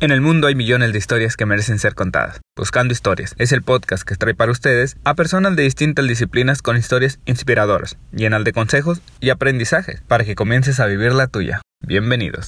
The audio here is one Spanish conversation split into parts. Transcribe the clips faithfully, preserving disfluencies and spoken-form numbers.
En el mundo hay millones de historias que merecen ser contadas. Buscando Historias es el podcast que trae para ustedes a personas de distintas disciplinas con historias inspiradoras, llenas de consejos y aprendizajes para que comiences a vivir la tuya. Bienvenidos.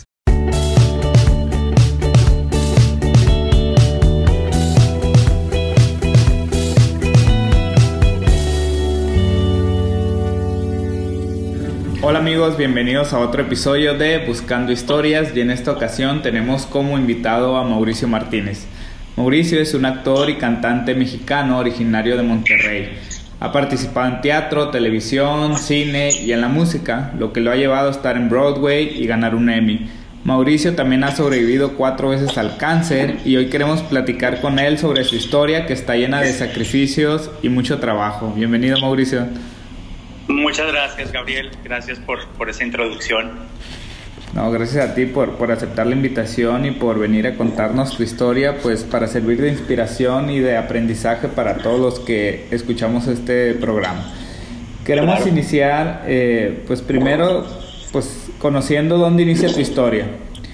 Hola amigos, bienvenidos a otro episodio de Buscando Historias y en esta ocasión tenemos como invitado a Mauricio Martínez. Mauricio es un actor y cantante mexicano originario de Monterrey. Ha participado en teatro, televisión, cine y en la música, lo que lo ha llevado a estar en Broadway y ganar un Emmy. Mauricio también ha sobrevivido cuatro veces al cáncer y hoy queremos platicar con él sobre su historia que está llena de sacrificios y mucho trabajo. Bienvenido, Mauricio. Muchas gracias, Gabriel. Gracias por, por esa introducción. No, gracias a ti por, por aceptar la invitación y por venir a contarnos tu historia, pues para servir de inspiración y de aprendizaje para todos los que escuchamos este programa. Queremos claro. iniciar, eh, pues primero, pues conociendo dónde inicia tu historia.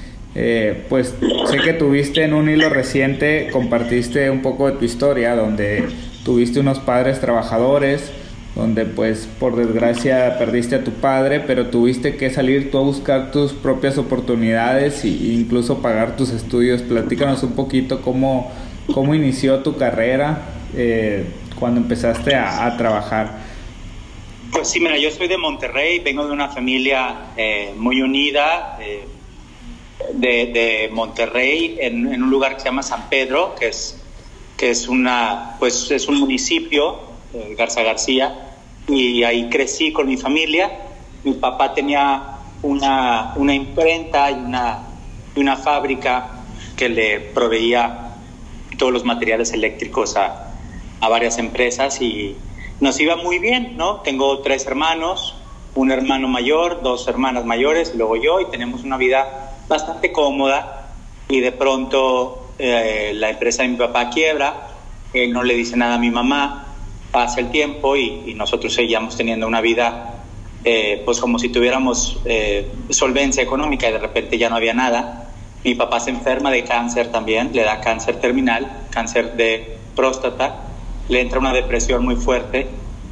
Eh, pues sé que tuviste en un hilo reciente, compartiste un poco de tu historia, donde tuviste unos padres trabajadores, donde pues por desgracia perdiste a tu padre, pero tuviste que salir tú a buscar tus propias oportunidades e incluso pagar tus estudios. Platícanos un poquito cómo, cómo inició tu carrera eh, cuando empezaste a, a trabajar. Pues sí, mira, yo soy de Monterrey, vengo de una familia eh, muy unida, eh, de, de Monterrey, en, en un lugar que se llama San Pedro, que es, que es, una, pues, es un municipio, Garza García, y ahí crecí con mi familia. Mi papá tenía una, una imprenta y una, y una fábrica que le proveía todos los materiales eléctricos a, a varias empresas y nos iba muy bien, ¿no? Tengo tres hermanos, un hermano mayor, dos hermanas mayores y luego yo, y tenemos una vida bastante cómoda. Y de pronto eh, la empresa de mi papá quiebra, él no le dice nada a mi mamá. Pasa el tiempo y, y nosotros seguíamos teniendo una vida eh, pues como si tuviéramos eh, solvencia económica y de repente ya no había nada. Mi papá se enferma de cáncer también, le da cáncer terminal, cáncer de próstata, le entra una depresión muy fuerte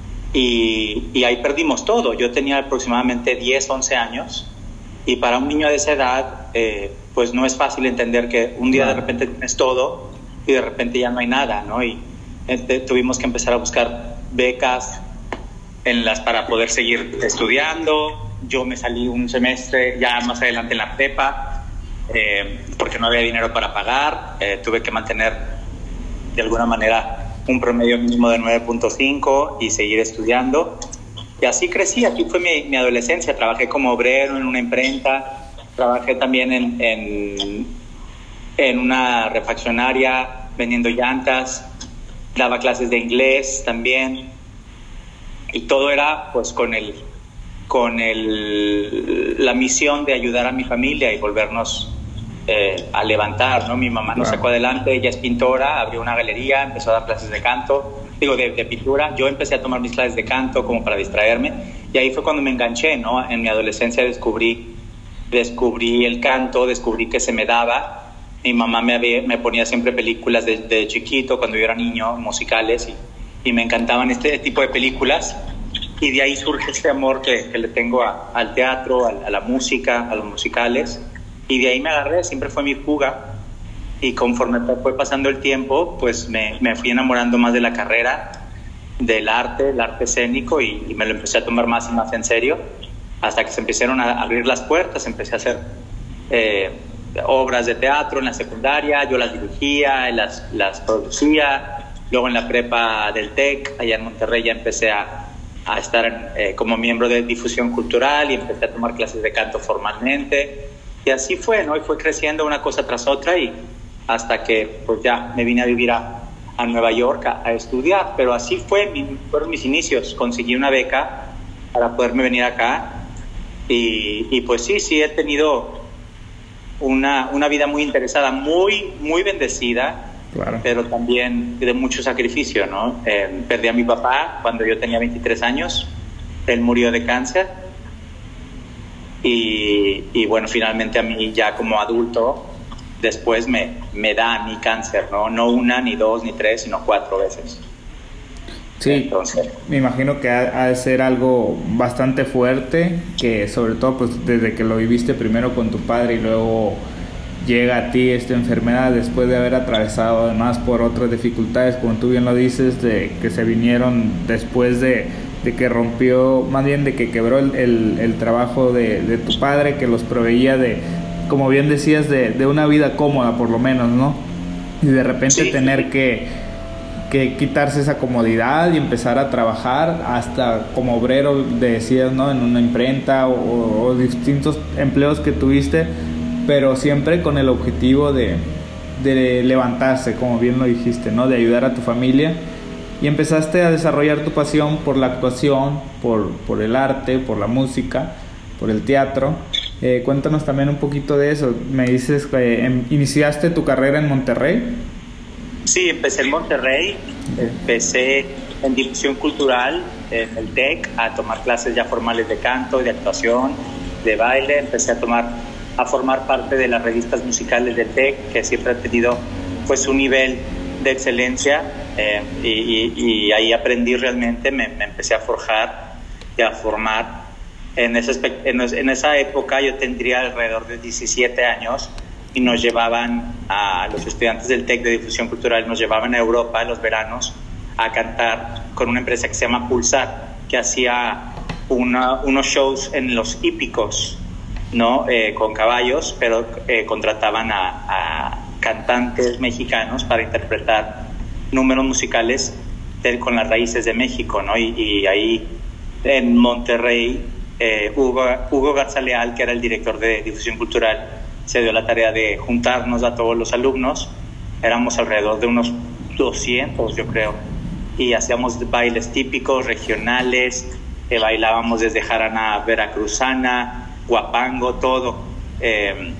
y, y ahí perdimos todo. Yo tenía aproximadamente diez, once años y para un niño de esa edad eh, pues no es fácil entender que un día de repente tienes todo y de repente ya no hay nada, ¿no? Y Este, tuvimos que empezar a buscar becas en las para poder seguir estudiando. Yo me salí un semestre ya más adelante en la prepa eh, porque no había dinero para pagar. Eh, tuve que mantener de alguna manera un promedio mínimo de nueve punto cinco y seguir estudiando. Y así crecí. Aquí fue mi, mi adolescencia. Trabajé como obrero en una imprenta. Trabajé también en, en, en una refaccionaria vendiendo llantas. Daba clases de inglés también y todo era pues con el con el la misión de ayudar a mi familia y volvernos eh, a levantar, ¿no? Mi mamá nos sacó adelante, ella es pintora, abrió una galería, empezó a dar clases de canto, digo de, de pintura. Yo empecé a tomar mis clases de canto como para distraerme y ahí fue cuando me enganché, ¿no? En mi adolescencia descubrí descubrí el canto, descubrí que se me daba. Mi mamá me, había, me ponía siempre películas de, de chiquito, cuando yo era niño, musicales, y, y me encantaban este tipo de películas. Y de ahí surge este amor que, que le tengo a, al teatro, a, a la música, a los musicales. Y de ahí me agarré, siempre fue mi fuga. Y conforme fue pasando el tiempo, pues me, me fui enamorando más de la carrera, del arte, el arte escénico, y, y me lo empecé a tomar más y más en serio. Hasta que se empezaron a abrir las puertas, empecé a hacer... Eh, obras de teatro en la secundaria, yo las dirigía, las, las producía. Luego en la prepa del TEC, allá en Monterrey, ya empecé a, a estar eh, como miembro de difusión cultural y empecé a tomar clases de canto formalmente. Y así fue, ¿no? Y fue creciendo una cosa tras otra y hasta que pues ya me vine a vivir a, a Nueva York a, a estudiar. Pero así fue, mi, fueron mis inicios. Conseguí una beca para poderme venir acá y, y pues sí, sí he tenido... Una, una vida muy interesada, muy, muy bendecida, claro. Pero también de mucho sacrificio, ¿no? Eh, perdí a mi papá cuando yo tenía veintitrés años, él murió de cáncer y, y bueno, finalmente a mí ya como adulto después me, me da a mí cáncer, ¿no? No una, ni dos, ni tres, sino cuatro veces. Sí, entonces, me imagino que ha, ha de ser algo bastante fuerte, que sobre todo pues desde que lo viviste primero con tu padre y luego llega a ti esta enfermedad después de haber atravesado además por otras dificultades, como tú bien lo dices, de que se vinieron después de, de que rompió, más bien de que quebró el, el, el trabajo de, de tu padre, que los proveía de, como bien decías, de, de una vida cómoda por lo menos, ¿no? Y de repente sí. tener que que quitarse esa comodidad y empezar a trabajar hasta como obrero, decías, ¿no? En una imprenta o, o distintos empleos que tuviste, pero siempre con el objetivo de, de levantarse, como bien lo dijiste, ¿no? De ayudar a tu familia, y empezaste a desarrollar tu pasión por la actuación, por, por el arte, por la música, por el teatro. Eh, cuéntanos también un poquito de eso. Me dices que eh, iniciaste tu carrera en Monterrey. Sí, empecé en Monterrey, empecé en difusión cultural, en el TEC, a tomar clases ya formales de canto, de actuación, de baile. Empecé a tomar, a formar parte de las revistas musicales del TEC, que siempre han tenido pues un nivel de excelencia, eh, y, y, y ahí aprendí realmente, me, me empecé a forjar y a formar. En, ese, en, en esa época yo tendría alrededor de diecisiete años, y nos llevaban a los estudiantes del TEC de difusión cultural, nos llevaban a Europa en los veranos a cantar con una empresa que se llama Pulsar, que hacía una, unos shows en los hípicos, ¿no? Eh, con caballos, pero eh, contrataban a, a cantantes mexicanos para interpretar números musicales de, con las raíces de México, ¿no? Y, y ahí en Monterrey, eh, Hugo, Hugo Garza Leal, que era el director de difusión cultural, se dio la tarea de juntarnos a todos los alumnos. Éramos alrededor de unos doscientos, yo creo, y hacíamos bailes típicos, regionales, eh, bailábamos desde jarana veracruzana, guapango, todo, eh,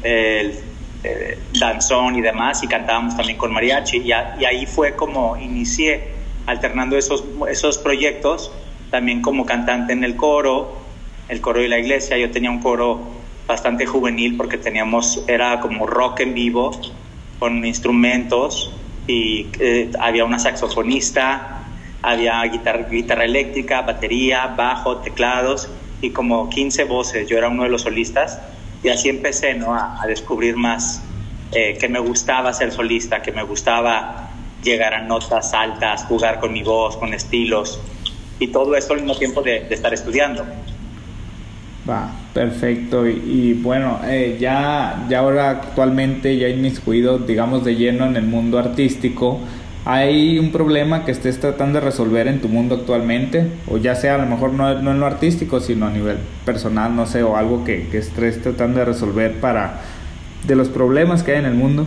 el eh, danzón y demás, y cantábamos también con mariachi, y, a, y ahí fue como inicié, alternando esos, esos proyectos, también como cantante en el coro, el coro de la iglesia. Yo tenía un coro bastante juvenil porque teníamos, era como rock en vivo con instrumentos, y eh, había una saxofonista, había guitarra, guitarra eléctrica, batería, bajo, teclados y como quince voces. Yo era uno de los solistas, y así empecé, ¿no? a, a descubrir más, eh, que me gustaba ser solista, que me gustaba llegar a notas altas, jugar con mi voz, con estilos, y todo esto al mismo tiempo de, de estar estudiando. Va, perfecto. Y, y bueno, eh, ya, ya ahora actualmente ya inmiscuido, digamos, de lleno en el mundo artístico, ¿hay un problema que estés tratando de resolver en tu mundo actualmente? O ya sea a lo mejor no, no en lo artístico, sino a nivel personal, no sé, o algo que, que estés tratando de resolver para, de los problemas que hay en el mundo.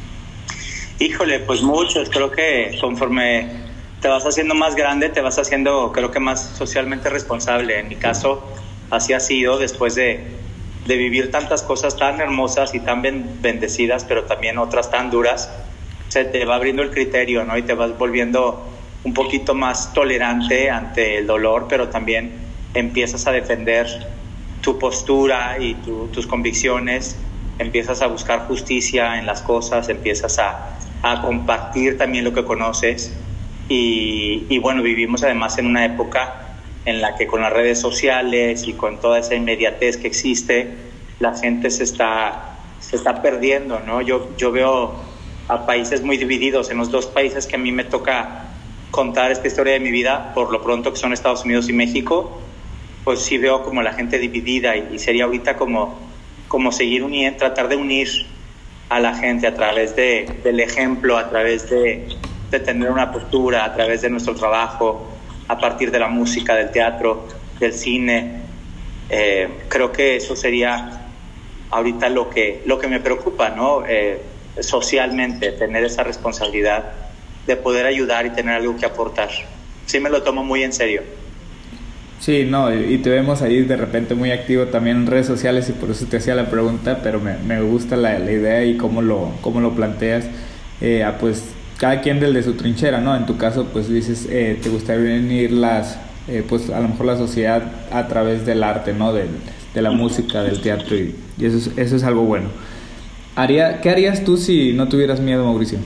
Híjole, pues muchos. Creo que conforme te vas haciendo más grande, te vas haciendo, creo que más socialmente responsable. En mi caso, así ha sido, después de, de vivir tantas cosas tan hermosas y tan ben, bendecidas, pero también otras tan duras. Se te va abriendo el criterio, ¿no? Y te vas volviendo un poquito más tolerante ante el dolor, pero también empiezas a defender tu postura y tu, tus convicciones, empiezas a buscar justicia en las cosas, empiezas a, a compartir también lo que conoces. Y, y bueno, vivimos además en una época en la que con las redes sociales y con toda esa inmediatez que existe, la gente se está, se está perdiendo, ¿no? Yo, yo veo a países muy divididos. En los dos países que a mí me toca contar esta historia de mi vida, por lo pronto, que son Estados Unidos y México, pues sí veo como la gente dividida, y, y sería ahorita como, como seguir uniendo, tratar de unir a la gente a través de, del ejemplo, a través de, de tener una postura, a través de nuestro trabajo, a partir de la música, del teatro, del cine. Eh, creo que eso sería ahorita lo que, lo que me preocupa, ¿no? Eh, socialmente, tener esa responsabilidad de poder ayudar y tener algo que aportar. Sí me lo tomo muy en serio. Sí, no, y te vemos ahí de repente muy activo también en redes sociales, y por eso te hacía la pregunta, pero me, me gusta la, la idea y cómo lo, cómo lo planteas. Eh, ah, pues cada quien desde su trinchera, ¿no? En tu caso, pues dices, eh, te gustaría unir las, eh, pues a lo mejor la sociedad a través del arte, ¿no? De, de la música, del teatro, y, y eso, es, eso es algo bueno. haría, ¿qué harías tú si no tuvieras miedo, Mauricio?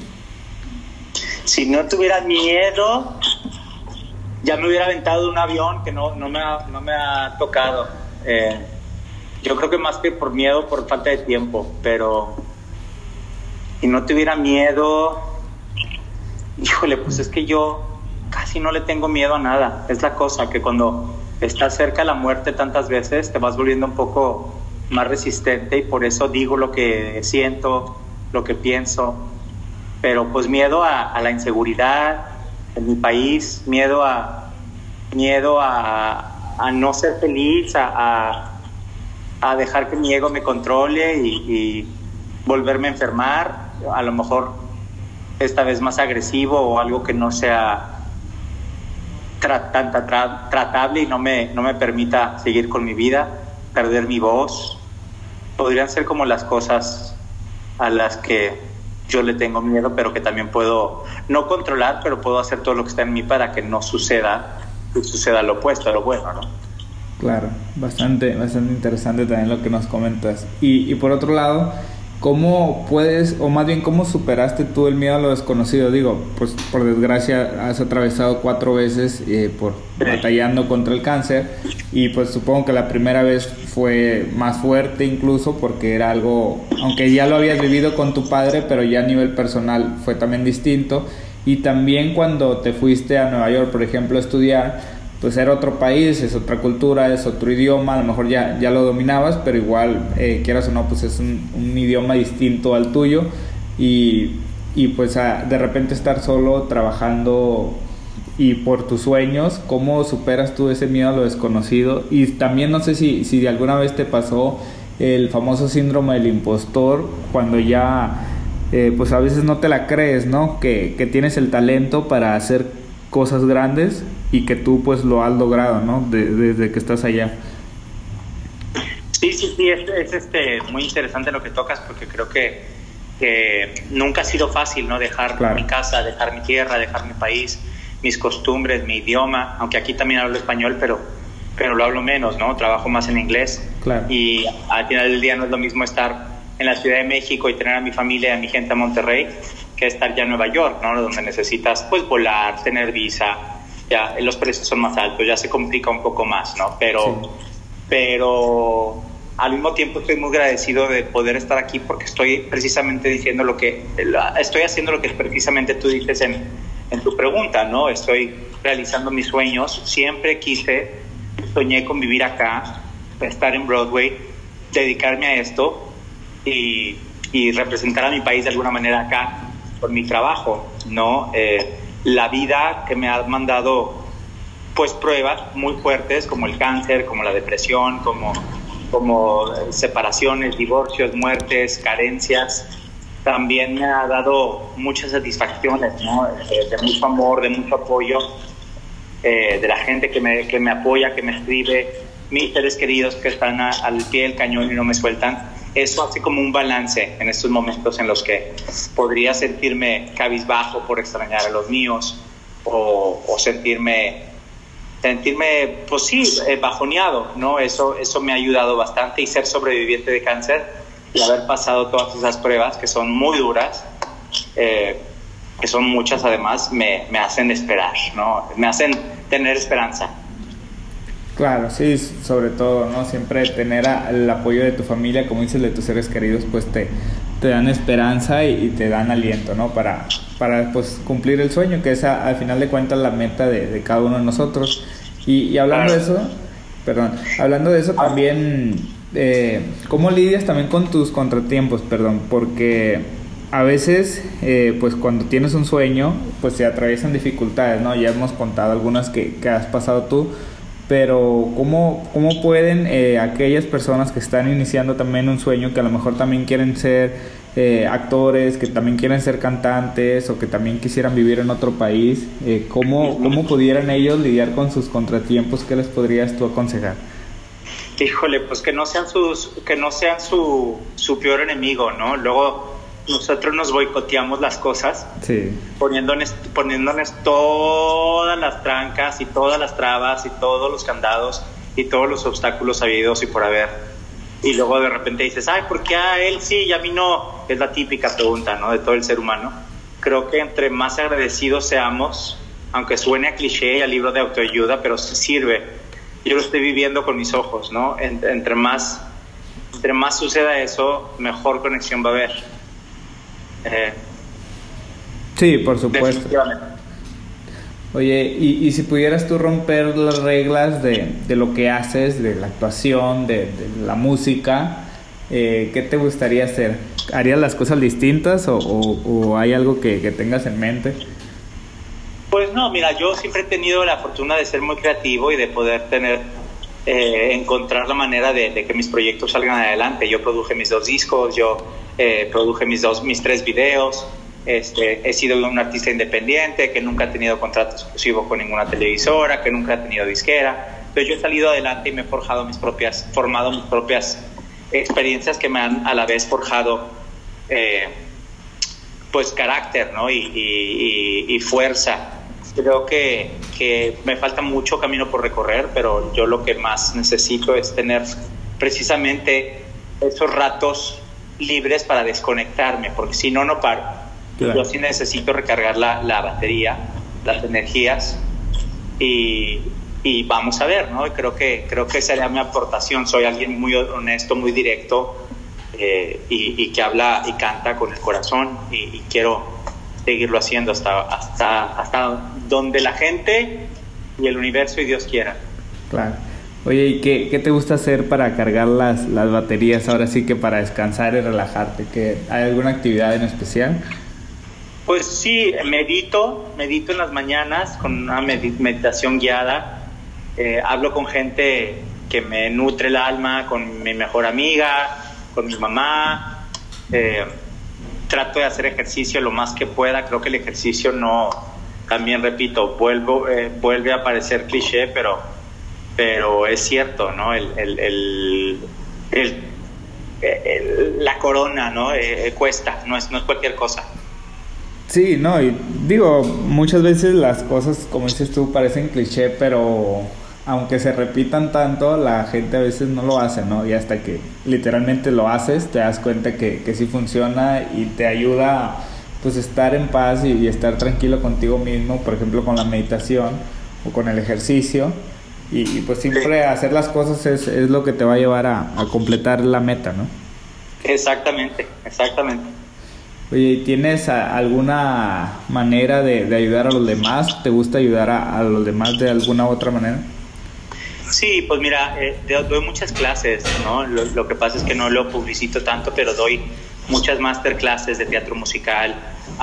Si no tuviera miedo, ya me hubiera aventado de un avión que no, no, me, ha, no me ha tocado. Eh, yo creo que más que por miedo, por falta de tiempo. Pero si no tuviera miedo, híjole, pues es que yo casi no le tengo miedo a nada. Es la cosa, que cuando estás cerca de la muerte tantas veces, te vas volviendo un poco más resistente, y por eso digo lo que siento, lo que pienso. Pero pues miedo a, a la inseguridad en mi país, miedo a miedo a, a no ser feliz, a, a, a dejar que mi ego me controle y, y volverme a enfermar, a lo mejor esta vez más agresivo, o algo que no sea tra, tan, tra, tratable y no me, no me permita seguir con mi vida, perder mi voz. Podrían ser como las cosas a las que yo le tengo miedo, pero que también puedo no controlar, pero puedo hacer todo lo que está en mí para que no suceda, que suceda lo opuesto, lo bueno, ¿no? Claro, bastante, bastante interesante también lo que nos comentas. Y, y por otro lado, ¿cómo puedes, o más bien cómo superaste tú el miedo a lo desconocido? Digo, pues por desgracia has atravesado cuatro veces eh, por sí. batallando contra el cáncer, y pues supongo que la primera vez fue más fuerte incluso, porque era algo, aunque ya lo habías vivido con tu padre, pero ya a nivel personal fue también distinto. Y también cuando te fuiste a Nueva York, por ejemplo, a estudiar, pues era otro país, es otra cultura, es otro idioma, a lo mejor ya, ya lo dominabas, pero igual, eh, quieras o no, pues es un, un idioma distinto al tuyo, y, y pues a, de repente estar solo trabajando y por tus sueños. ¿Cómo superas tú ese miedo a lo desconocido? Y también no sé si, si de alguna vez te pasó el famoso síndrome del impostor, cuando ya eh, pues a veces no te la crees, ¿no? Que, que tienes el talento para hacer cosas grandes y que tú pues lo has logrado, ¿no? De, desde que estás allá. Sí, sí, sí, es, es este, muy interesante lo que tocas, porque creo que, que nunca ha sido fácil, ¿no? Dejar claro. mi casa, dejar mi tierra, dejar mi país, mis costumbres, mi idioma, aunque aquí también hablo español, pero, pero lo hablo menos, ¿no? Trabajo más en inglés. Claro. Y al final del día no es lo mismo estar en la Ciudad de México y tener a mi familia y a mi gente en Monterrey, que estar ya en Nueva York, ¿no? Donde necesitas pues volar, tener visa, ya los precios son más altos, ya se complica un poco más, ¿no? Pero, sí. pero al mismo tiempo estoy muy agradecido de poder estar aquí, porque estoy precisamente diciendo lo que, estoy haciendo lo que precisamente tú dices en, en tu pregunta, ¿no? Estoy realizando mis sueños. Siempre quise, soñé con vivir acá, estar en Broadway, dedicarme a esto y, y representar a mi país de alguna manera acá por mi trabajo, ¿no? Eh, la vida que me ha mandado pues pruebas muy fuertes, como el cáncer, como la depresión, como, como separaciones, divorcios, muertes, carencias, también me ha dado muchas satisfacciones, ¿no? De, de mucho amor, de mucho apoyo, eh, de la gente que me, que me apoya, que me escribe, mis seres queridos que están a, al pie del cañón y no me sueltan. Eso hace como un balance en estos momentos en los que podría sentirme cabizbajo por extrañar a los míos, o, o sentirme, sentirme, pues sí, eh, bajoneado, ¿no? Eso, eso me ha ayudado bastante, y ser sobreviviente de cáncer y haber pasado todas esas pruebas que son muy duras, eh, que son muchas además, me, me hacen esperar, ¿no? Me hacen tener esperanza. Claro, sí, sobre todo, ¿no? Siempre tener a, el apoyo de tu familia, como dices, de tus seres queridos, pues te, te dan esperanza y, y te dan aliento, ¿no? Para, para pues cumplir el sueño, que es a, al final de cuentas la meta de, de cada uno de nosotros. Y, y hablando claro. de eso, perdón, hablando de eso también, eh, ¿cómo lidias también con tus contratiempos? Perdón, porque a veces, eh, pues cuando tienes un sueño, pues se atraviesan dificultades, ¿no? Ya hemos contado algunas que, que has pasado tú. Pero ¿cómo, cómo pueden eh, aquellas personas que están iniciando también un sueño, que a lo mejor también quieren ser eh, actores, que también quieren ser cantantes, o que también quisieran vivir en otro país, eh, ¿cómo, cómo pudieran ellos lidiar con sus contratiempos? ¿Qué les podrías tú aconsejar? Híjole, pues que no sean sus, que no sean su, su peor enemigo, ¿no? Luego nosotros nos boicoteamos las cosas, sí. poniéndonos, poniéndonos todas las trancas y todas las trabas y todos los candados y todos los obstáculos habidos y por haber. y luego de repente dices, ay, ¿por qué a él sí y a mí no? Es la típica pregunta, ¿no?, de todo el ser humano. Creo que entre más agradecidos seamos, aunque suene a cliché y a libro de autoayuda, pero sí sirve. Yo lo estoy viviendo con mis ojos, ¿no? Entre más, entre más suceda eso, mejor conexión va a haber. Eh, sí, por supuesto. Oye, y, y si pudieras tú romper las reglas de, de lo que haces, de la actuación, de, de la música, eh, ¿qué te gustaría hacer? ¿Harías las cosas distintas o, o, o hay algo que, que tengas en mente? Pues no, mira, yo siempre he tenido la fortuna de ser muy creativo y de poder tener, eh, encontrar la manera de, de que mis proyectos salgan adelante. Yo produje mis dos discos, yo eh, produje mis, dos, mis tres videos. Este, he sido un artista independiente que nunca ha tenido contrato exclusivo con ninguna televisora, que nunca ha tenido disquera. Entonces yo he salido adelante y me he forjado mis propias, formado mis propias experiencias que me han a la vez forjado eh, pues carácter, ¿no? y, y, y, y fuerza. Creo que, que me falta mucho camino por recorrer, pero yo lo que más necesito es tener precisamente esos ratos libres para desconectarme, porque si no, no paro. Claro. Yo sí necesito recargar la, la batería, las energías y, y vamos a ver, ¿no? Creo que, creo que sería mi aportación. Soy alguien muy honesto, muy directo eh, y, y que habla y canta con el corazón y, y quiero seguirlo haciendo hasta, hasta, hasta donde la gente y el universo y Dios quiera. Claro. Oye, ¿y qué, qué te gusta hacer para cargar las, las baterías ahora sí que para descansar y relajarte? ¿Qué, ¿Hay alguna actividad en especial? Pues sí, medito, medito en las mañanas con una med- meditación guiada. Eh, hablo con gente que me nutre el alma, con mi mejor amiga, con mi mamá. Eh, trato de hacer ejercicio lo más que pueda. Creo que el ejercicio no, también repito, vuelvo, eh, vuelve a parecer cliché, pero, pero es cierto, ¿no? El, el, el, el, el, la corona, ¿no? Eh, cuesta, no es, no es cualquier cosa. Sí, no, y digo, muchas veces las cosas, como dices tú, parecen cliché, pero aunque se repitan tanto, la gente a veces no lo hace, ¿no? Y hasta que literalmente lo haces, te das cuenta que, que sí funciona y te ayuda, pues, estar en paz y, y estar tranquilo contigo mismo, por ejemplo, con la meditación o con el ejercicio. Y, y pues siempre hacer las cosas es, es lo que te va a llevar a, a completar la meta, ¿no? Exactamente, exactamente. Oye, ¿tienes a, alguna manera de, de ayudar a los demás? ¿Te gusta ayudar a, a los demás de alguna otra manera? Sí, pues mira, eh, doy muchas clases, ¿no? Lo, lo que pasa es que no lo publicito tanto, pero doy muchas masterclasses de teatro musical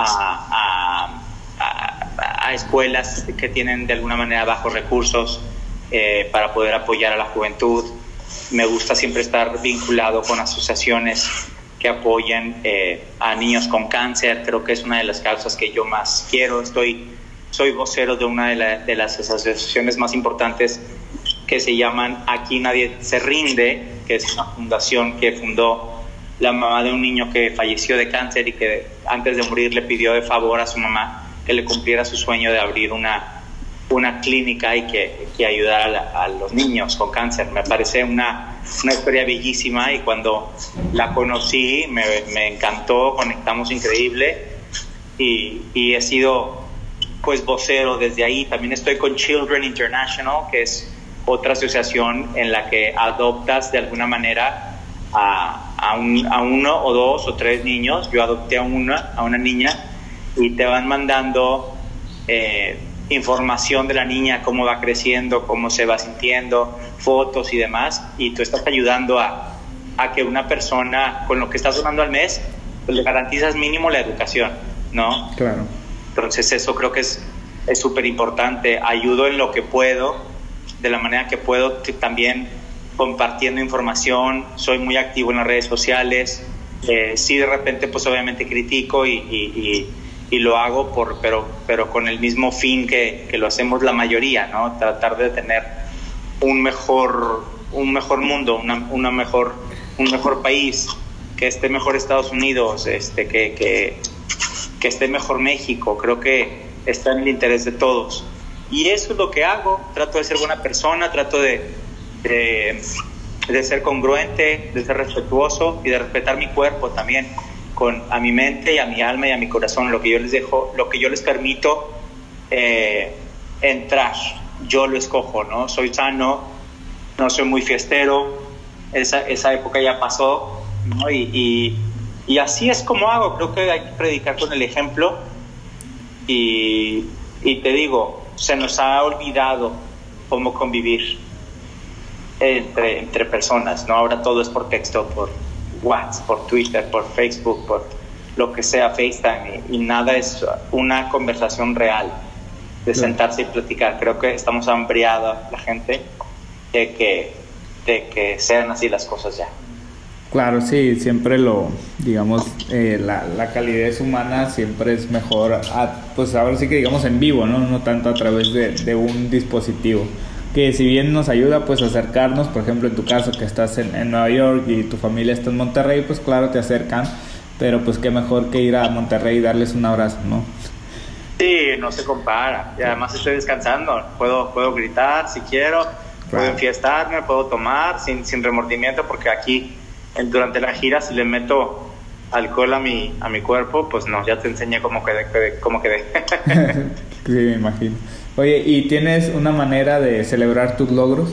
a, a, a, a escuelas que tienen de alguna manera bajos recursos eh, para poder apoyar a la juventud. Me gusta siempre estar vinculado con asociaciones que apoyen eh, a niños con cáncer. Creo que es una de las causas que yo más quiero. Estoy, soy vocero de una de, la, de las asociaciones más importantes que se llaman Aquí Nadie Se Rinde, que es una fundación que fundó la mamá de un niño que falleció de cáncer y que antes de morir le pidió de favor a su mamá que le cumpliera su sueño de abrir una, una clínica y que, que ayudara a, la, a los niños con cáncer. Me parece una, una historia bellísima y cuando la conocí me, me encantó, conectamos increíble y, y he sido pues vocero desde ahí. También estoy con Children International, que es otra asociación en la que adoptas de alguna manera a, a, un, a uno o dos o tres niños. Yo adopté a una, a una niña y te van mandando eh, información de la niña, cómo va creciendo, cómo se va sintiendo, fotos y demás, y tú estás ayudando a, a que una persona con lo que estás donando al mes, pues le garantizas mínimo la educación, ¿no? Claro. Entonces eso creo que es es súper importante. Ayudo en lo que puedo, de la manera que puedo, también compartiendo información. Soy muy activo en las redes sociales. Eh, sí, de repente, pues obviamente critico y, y, y, y lo hago, por, pero, pero con el mismo fin que, que lo hacemos la mayoría, ¿no? Tratar de tener un mejor, un mejor mundo, una, una mejor, un mejor país, que esté mejor Estados Unidos, este, que, que, que esté mejor México. Creo que está en el interés de todos. Y eso es lo que hago. Trato de ser buena persona, trato de, de, de ser congruente, de ser respetuoso y de respetar mi cuerpo también, con a mi mente y a mi alma y a mi corazón, lo que yo les dejo, lo que yo les permito eh, entrar, yo lo escojo, ¿no? Soy sano, no soy muy fiestero, esa, esa época ya pasó, ¿no? Y, y, y así es como hago, creo que hay que predicar con el ejemplo y, y te digo, se nos ha olvidado cómo convivir entre, entre personas, ¿no? Ahora todo es por texto, por WhatsApp, por Twitter, por Facebook, por lo que sea, FaceTime, y, y nada es una conversación real de sentarse y platicar. Creo que estamos hambriada la gente de que, de que sean así las cosas ya. Claro, sí, siempre lo, digamos, eh, la, la calidez humana siempre es mejor, a, pues ahora sí que digamos en vivo, ¿no? No tanto a través de, de un dispositivo, que si bien nos ayuda pues a acercarnos, por ejemplo en tu caso que estás en, en Nueva York y tu familia está en Monterrey, pues claro, te acercan, pero pues qué mejor que ir a Monterrey y darles un abrazo, ¿no? Sí, no se compara, y además estoy descansando, puedo, puedo gritar si quiero, claro. Puedo enfiestarme, puedo tomar sin, sin remordimiento, porque aquí durante la gira si le meto alcohol a mi, a mi cuerpo, pues no, ya te enseñé cómo quedé, cómo quedé. Sí, me imagino. Oye, ¿y tienes una manera de celebrar tus logros?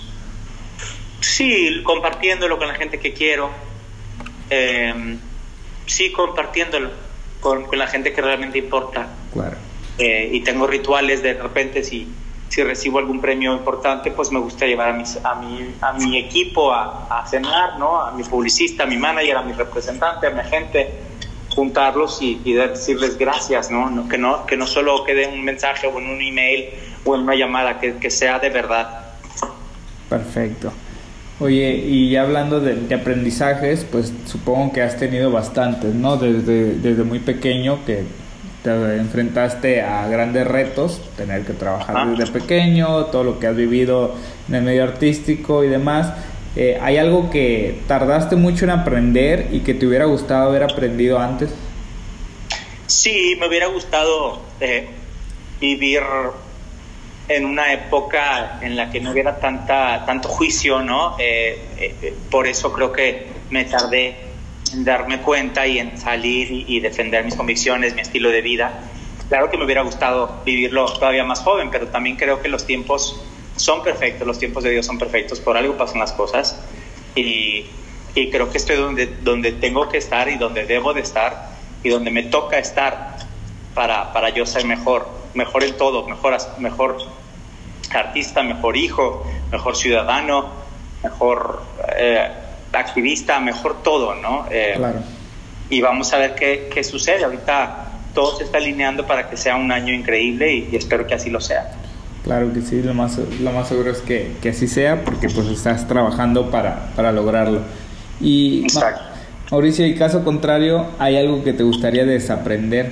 Sí, compartiéndolo con la gente que quiero, eh, sí, compartiéndolo con, con la gente que realmente importa. Claro. Eh, y tengo rituales de repente, si, si recibo algún premio importante, pues me gusta llevar a, mis, a, mi, a mi equipo a, a cenar, ¿no? A mi publicista, a mi manager, a mi representante, a mi agente, juntarlos y, y decirles gracias, ¿no? No, que no que no solo quede un mensaje o en un email o en una llamada, que, que sea de verdad. Perfecto. Oye, y ya hablando de, de aprendizajes, pues supongo que has tenido bastantes, ¿no? Desde, desde muy pequeño que te enfrentaste a grandes retos, tener que trabajar ah. desde pequeño, todo lo que has vivido en el medio artístico y demás. Eh, ¿Hay algo que tardaste mucho en aprender y que te hubiera gustado haber aprendido antes? Sí, me hubiera gustado eh, vivir en una época en la que no hubiera tanta tanto juicio, ¿no? Eh, eh, por eso creo que me tardé en darme cuenta y en salir y, y defender mis convicciones, mi estilo de vida. Claro que me hubiera gustado vivirlo todavía más joven, pero también creo que los tiempos son perfectos, los tiempos de Dios son perfectos, por algo pasan las cosas y, y creo que estoy donde, donde tengo que estar y donde debo de estar y donde me toca estar para, para yo ser mejor, mejor en todo, mejor, mejor artista, mejor hijo, mejor ciudadano, mejor eh, activista, mejor todo, ¿no? Eh, claro. Y vamos a ver qué, qué sucede. Ahorita todo se está alineando para que sea un año increíble y, y espero que así lo sea. Claro que sí, lo más, lo más seguro es que, que así sea, porque pues estás trabajando para, para lograrlo. Y Exacto. Mauricio, y caso contrario, ¿hay algo que te gustaría desaprender?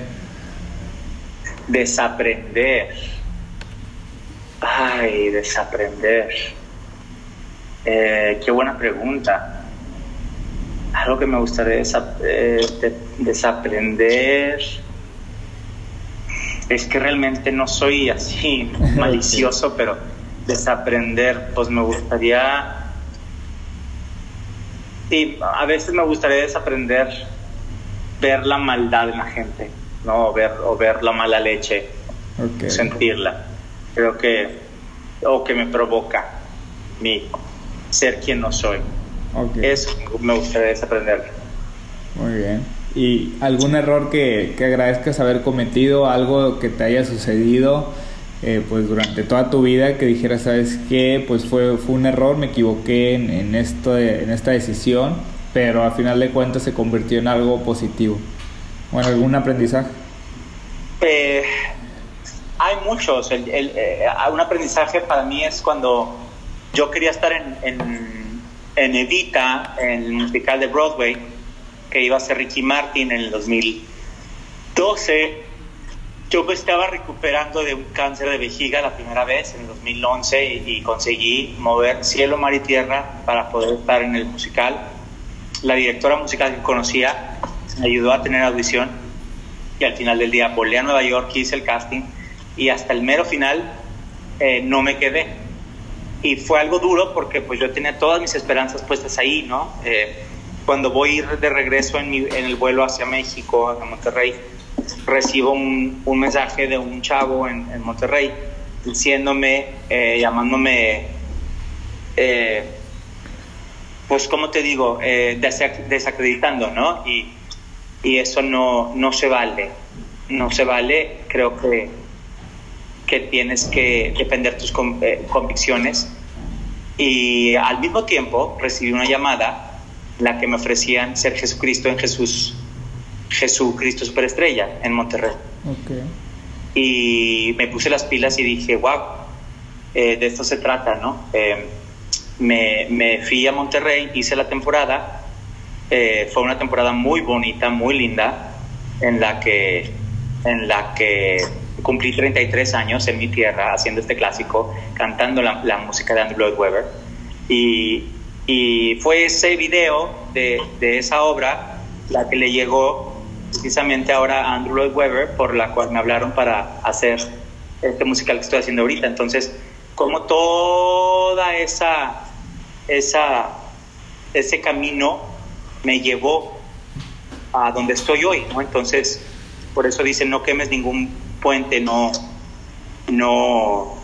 Desaprender. Ay, desaprender. Eh, qué buena pregunta. Algo que me gustaría desap- eh, de- desaprender. Es que realmente no soy así malicioso, pero desaprender, pues me gustaría... Sí, a veces me gustaría desaprender ver la maldad en la gente, ¿no? O ver, o ver la mala leche, okay. sentirla. Creo que... O que me provoca mi ser quien no soy. Okay. Eso me gustaría desaprender. Muy bien. ¿Y algún error que, que agradezcas haber cometido, algo que te haya sucedido eh, pues durante toda tu vida, que dijeras, ¿sabes qué? Pues fue, fue un error, me equivoqué en, en, esto, en esta decisión, pero al final de cuentas se convirtió en algo positivo. Bueno, ¿algún aprendizaje? Eh, hay muchos. El, el, eh, un aprendizaje para mí es cuando yo quería estar en, en, en Evita, en el musical de Broadway, que iba a ser Ricky Martin en el dos mil doce. Yo me estaba recuperando de un cáncer de vejiga la primera vez en el dos mil once y, y conseguí mover cielo, mar y tierra para poder estar en el musical. La directora musical que conocía me ayudó a tener audición y al final del día volé a Nueva York, hice el casting y hasta el mero final eh, no me quedé. y fue algo duro porque pues yo tenía todas mis esperanzas puestas ahí, ¿no? Eh, cuando voy a ir de regreso en, mi, en el vuelo hacia México, a Monterrey, recibo un, un mensaje de un chavo en, en Monterrey diciéndome, eh, llamándome, eh, pues, ¿cómo te digo? Eh, desacreditando, ¿no? Y, y eso no, no se vale, no se vale. Creo que, que tienes que defender tus con, eh, convicciones. Y al mismo tiempo recibí una llamada en la que me ofrecían ser Jesucristo en Jesús, Jesucristo Superestrella en Monterrey. Okay. Y me puse las pilas y dije, wow, eh, de esto se trata, ¿no? Eh, me, me fui a Monterrey, hice la temporada, eh, fue una temporada muy bonita, muy linda, en la que, en la que cumplí treinta y tres años en mi tierra haciendo este clásico, cantando la, la música de Andrew Lloyd Webber. Y, y fue ese video de, de esa obra la que le llegó precisamente ahora a Andrew Lloyd Webber, por la cual me hablaron para hacer este musical que estoy haciendo ahorita. Entonces, como toda esa, esa ese camino me llevó a donde estoy hoy, ¿no? Entonces, por eso dicen, no quemes ningún puente, no no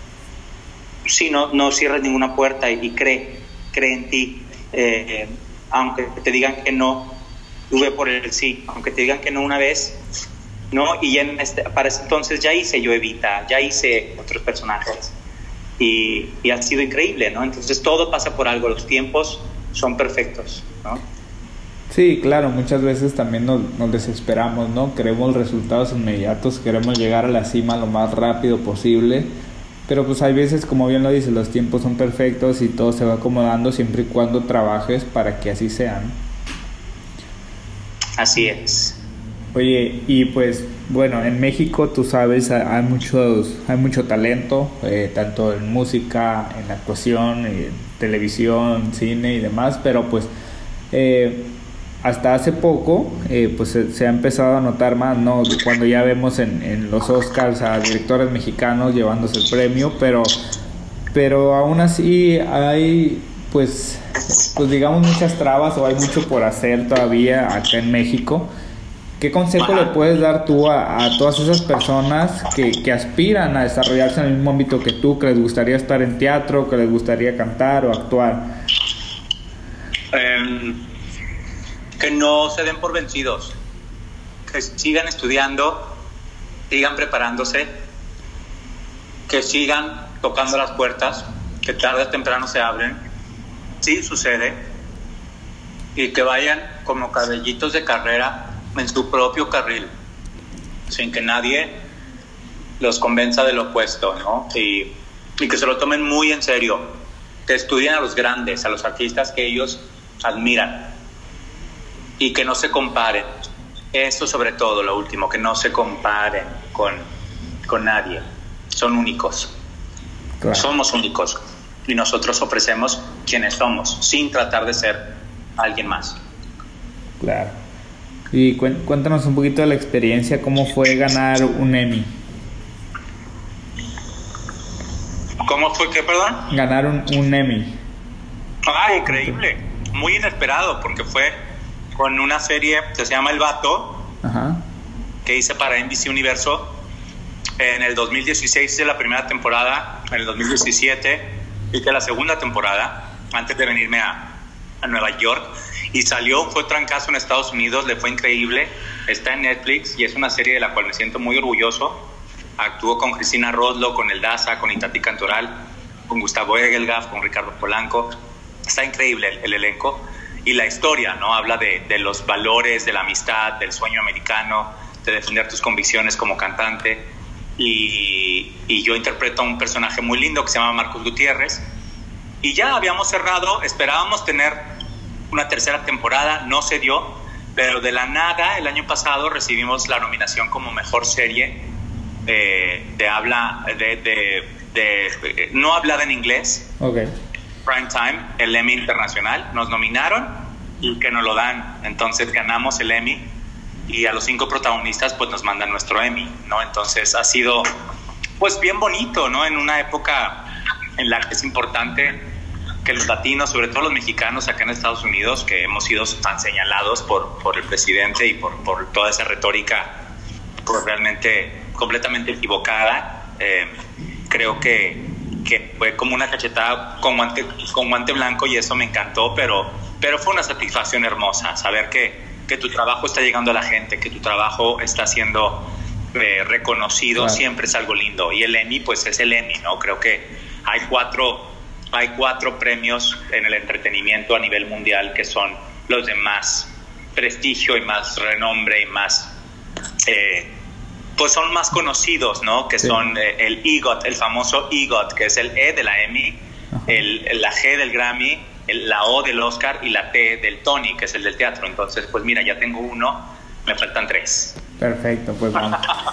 sí, no, no cierres ninguna puerta, y, y cree, cree en ti, eh, eh, aunque te digan que no, tuve por el sí, aunque te digan que no una vez, ¿no? Y en este, para ese entonces ya hice Yo Evita, ya hice otros personajes, y, y ha sido increíble, ¿no? Entonces todo pasa por algo, los tiempos son perfectos, ¿no? Sí, claro, muchas veces también nos, nos desesperamos, ¿no? Queremos resultados inmediatos, queremos llegar a la cima lo más rápido posible, pero pues hay veces, como bien lo dices, los tiempos son perfectos y todo se va acomodando siempre y cuando trabajes para que así sean. Así es. Oye, y pues bueno, en México tú sabes, hay muchos, hay mucho talento, eh, tanto en música, en actuación, en televisión, cine y demás, pero pues eh, hasta hace poco eh, pues se, se ha empezado a notar más, ¿no? Cuando ya vemos en, en los Oscars a directores mexicanos llevándose el premio, pero, pero aún así hay pues, pues digamos muchas trabas, o hay mucho por hacer todavía acá en México. ¿Qué consejo le puedes dar tú a, a todas esas personas que, que aspiran a desarrollarse en el mismo ámbito que tú, que les gustaría estar en teatro, que les gustaría cantar o actuar? Eh, que no se den por vencidos, que sigan estudiando, sigan preparándose, que sigan tocando las puertas, que tarde o temprano se abren, sí sucede, y que vayan como caballitos de carrera en su propio carril, sin que nadie los convenza de lo opuesto, ¿no? Y, y que se lo tomen muy en serio, que estudien a los grandes, a los artistas que ellos admiran, y que no se comparen. Eso sobre todo, lo último, que no se comparen con, con nadie. Son únicos. Claro. Somos únicos, y nosotros ofrecemos quienes somos, sin tratar de ser alguien más. Claro. Y cuéntanos un poquito de la experiencia, ¿cómo fue ganar un Emmy? ¿Cómo fue qué, perdón? Ganar un, un Emmy. Ah, increíble. Muy inesperado, porque fue con una serie que se llama El Vato. Ajá. Que hice para N B C Universo. En el dos mil dieciséis hice la primera temporada, en el dos mil diecisiete hice la segunda temporada, antes de venirme a, a Nueva York. Y salió, fue trancazo en Estados Unidos, le fue increíble. Está en Netflix y es una serie de la cual me siento muy orgulloso. Actuó con Cristina Rodlo, con El Daza, con Itatí Cantoral, con Gustavo Egelgaf, con Ricardo Polanco. Está increíble el, el elenco. Y la historia, ¿no? Habla de, de los valores, de la amistad, del sueño americano, de defender tus convicciones como cantante. Y, y yo interpreto a un personaje muy lindo que se llama Marcos Gutiérrez. Y ya habíamos cerrado, esperábamos tener una tercera temporada, no se dio, pero de la nada el año pasado recibimos la nominación como mejor serie eh, de habla de, de, de, de no hablada en inglés. Okay. Prime Time, el Emmy Internacional, nos nominaron y que nos lo dan. Entonces ganamos el Emmy y a los cinco protagonistas pues nos mandan nuestro Emmy, ¿no? Entonces ha sido pues bien bonito, ¿no? En una época en la que es importante que los latinos, sobre todo los mexicanos acá en Estados Unidos, que hemos sido tan señalados por, por el presidente y por, por toda esa retórica pues, realmente completamente equivocada, eh, creo que, que fue como una cachetada con guante, con guante blanco y eso me encantó, pero, pero fue una satisfacción hermosa saber que, que tu trabajo está llegando a la gente, que tu trabajo está siendo eh, reconocido, claro. Siempre es algo lindo. Y el Emmy, pues es el Emmy, ¿no? Creo que hay cuatro, hay cuatro premios en el entretenimiento a nivel mundial que son los de más prestigio y más renombre y más... Eh, pues son más conocidos, ¿no? Que sí. Son eh, el EGOT, el famoso EGOT, que es el E de la Emmy, el, la G del Grammy, el, la O del Oscar y la T del Tony, que es el del teatro. Entonces, pues mira, ya tengo uno, me faltan tres. Perfecto, pues bueno.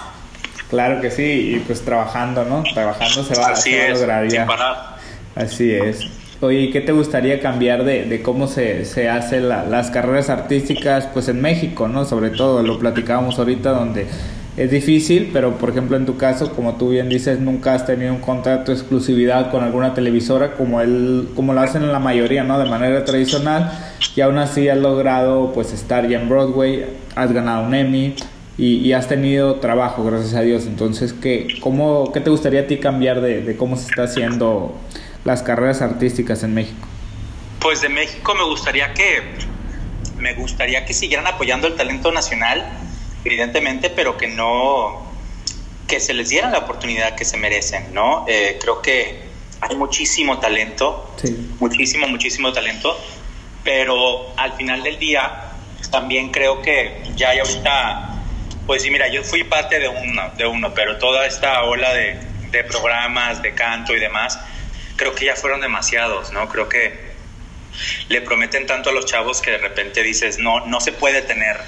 Claro que sí, y pues trabajando, ¿no? Trabajando se va, Así se va a es, lograr ya. sin parar. Así es. Oye, ¿y qué te gustaría cambiar de, de cómo se, se hacen la, las carreras artísticas pues en México, ¿no? Sobre todo, lo platicábamos ahorita, donde es difícil, pero por ejemplo en tu caso, como tú bien dices, nunca has tenido un contrato de exclusividad con alguna televisora como él, como lo hacen en la mayoría, ¿no? De manera tradicional, y aún así has logrado pues estar ya en Broadway, has ganado un Emmy y, y has tenido trabajo, gracias a Dios. Entonces, ¿qué, cómo, qué te gustaría a ti cambiar de, de cómo se está haciendo las carreras artísticas en México? Pues de México me gustaría que me gustaría que siguieran apoyando el talento nacional, evidentemente, pero que no, que se les diera la oportunidad que se merecen, ¿no? Eh, creo que hay muchísimo talento, sí. muchísimo, muchísimo talento, pero al final del día también creo que ya hay ahorita, pues sí, mira, yo fui parte de uno, de uno, pero toda esta ola de, de programas, de canto y demás, creo que ya fueron demasiados, ¿no? Creo que le prometen tanto a los chavos que de repente dices, no, no se puede tener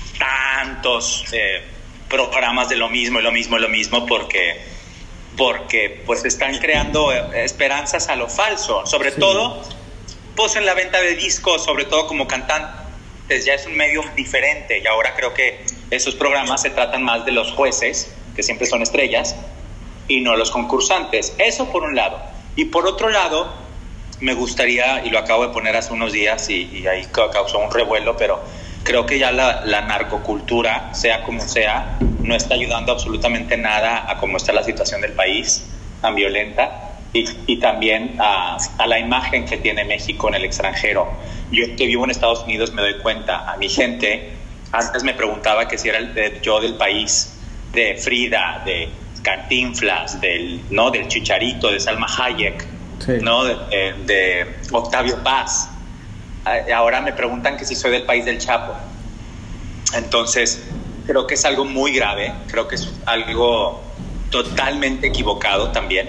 tantos eh, programas de lo mismo y lo mismo y lo mismo porque, porque pues están creando esperanzas a lo falso, sobre sí. todo pues en la venta de discos, sobre todo como cantantes, ya es un medio diferente y ahora creo que esos programas se tratan más de los jueces, que siempre son estrellas, y no los concursantes. Eso por un lado. Y por otro lado, me gustaría, y lo acabo de poner hace unos días y, y ahí causó un revuelo, pero creo que ya la, la narcocultura, sea como sea, no está ayudando absolutamente nada a cómo está la situación del país, tan violenta, y, y también a, a la imagen que tiene México en el extranjero. Yo que vivo en Estados Unidos me doy cuenta, a mi gente, antes me preguntaba que si era el de, yo del país, de Frida, de Cantinflas, del, ¿no? del Chicharito, de Salma Hayek, sí. ¿no? de, de, de Octavio Paz. Ahora me preguntan que si soy del país del Chapo. Entonces, creo que es algo muy grave, creo que es algo totalmente equivocado también.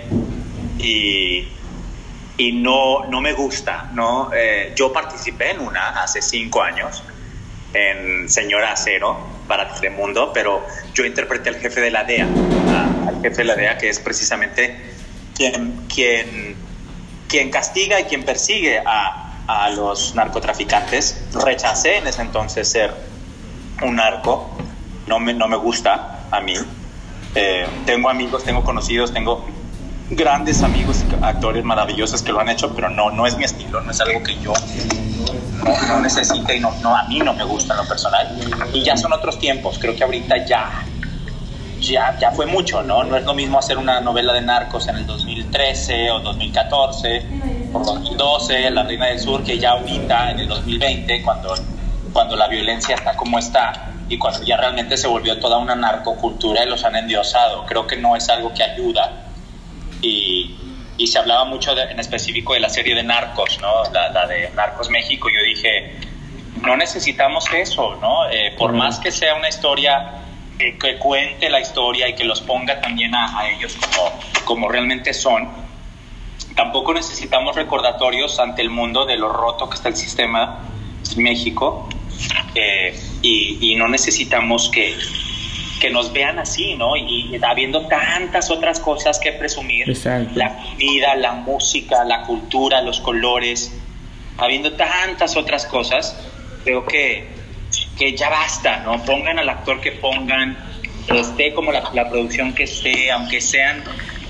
Y, y no, no me gusta, ¿no? Eh, yo participé en una hace cinco años, en Señora Acero, para Telemundo, pero yo interpreté al jefe de la D E A, a, al jefe de la D E A, que es precisamente quien, quien, quien castiga y quien persigue a a los narcotraficantes. Rechacé en ese entonces ser un narco, no me, no me gusta a mí. Eh, tengo amigos, tengo conocidos, tengo grandes amigos, actores maravillosos que lo han hecho, pero no, no es mi estilo, no es algo que yo no, no necesite y no, no, a mí no me gusta en lo personal. Y ya son otros tiempos, creo que ahorita ya Ya, ya fue mucho, ¿no? No es lo mismo hacer una novela de narcos en el dos mil trece o dos mil catorce o dos mil doce, La Reina del Sur, que ya ahorita en el dos mil veinte, cuando, cuando la violencia está como está y cuando ya realmente se volvió toda una narcocultura y los han endiosado. Creo que no es algo que ayuda. Y, y se hablaba mucho de, en específico de la serie de Narcos, ¿no? La, la de Narcos México. Yo dije, no necesitamos eso, ¿no? Eh, por más que sea una historia... que cuente la historia y que los ponga también a, a ellos como, como realmente son, tampoco necesitamos recordatorios ante el mundo de lo roto que está el sistema en México, eh, y, y no necesitamos que, que nos vean así, ¿no? Y, y habiendo tantas otras cosas que presumir, exacto. La comida, la música, la cultura, los colores, habiendo tantas otras cosas, creo que que ya basta, ¿no? Pongan al actor que pongan, esté como la, la producción que esté, aunque sean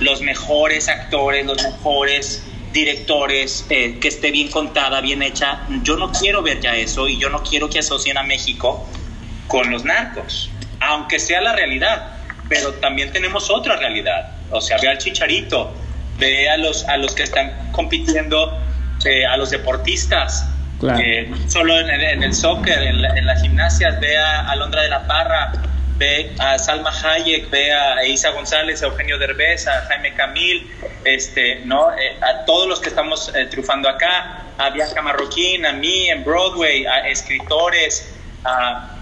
los mejores actores, los mejores directores, eh, que esté bien contada, bien hecha. Yo no quiero ver ya eso, y yo no quiero que asocien a México con los narcos, aunque sea la realidad, pero también tenemos otra realidad. O sea, ve al Chicharito, ve a los, a los que están compitiendo, eh, a los deportistas, claro. eh, solo en el, en el soccer, en, la, en las gimnasias, ve a Alondra de la Parra, ve a Salma Hayek, ve a Isa González, a Eugenio Derbez, a Jaime Camil, este, ¿no? Eh, a todos los que estamos eh, triunfando acá, a Bianca Marroquín, a mí en Broadway, a escritores, a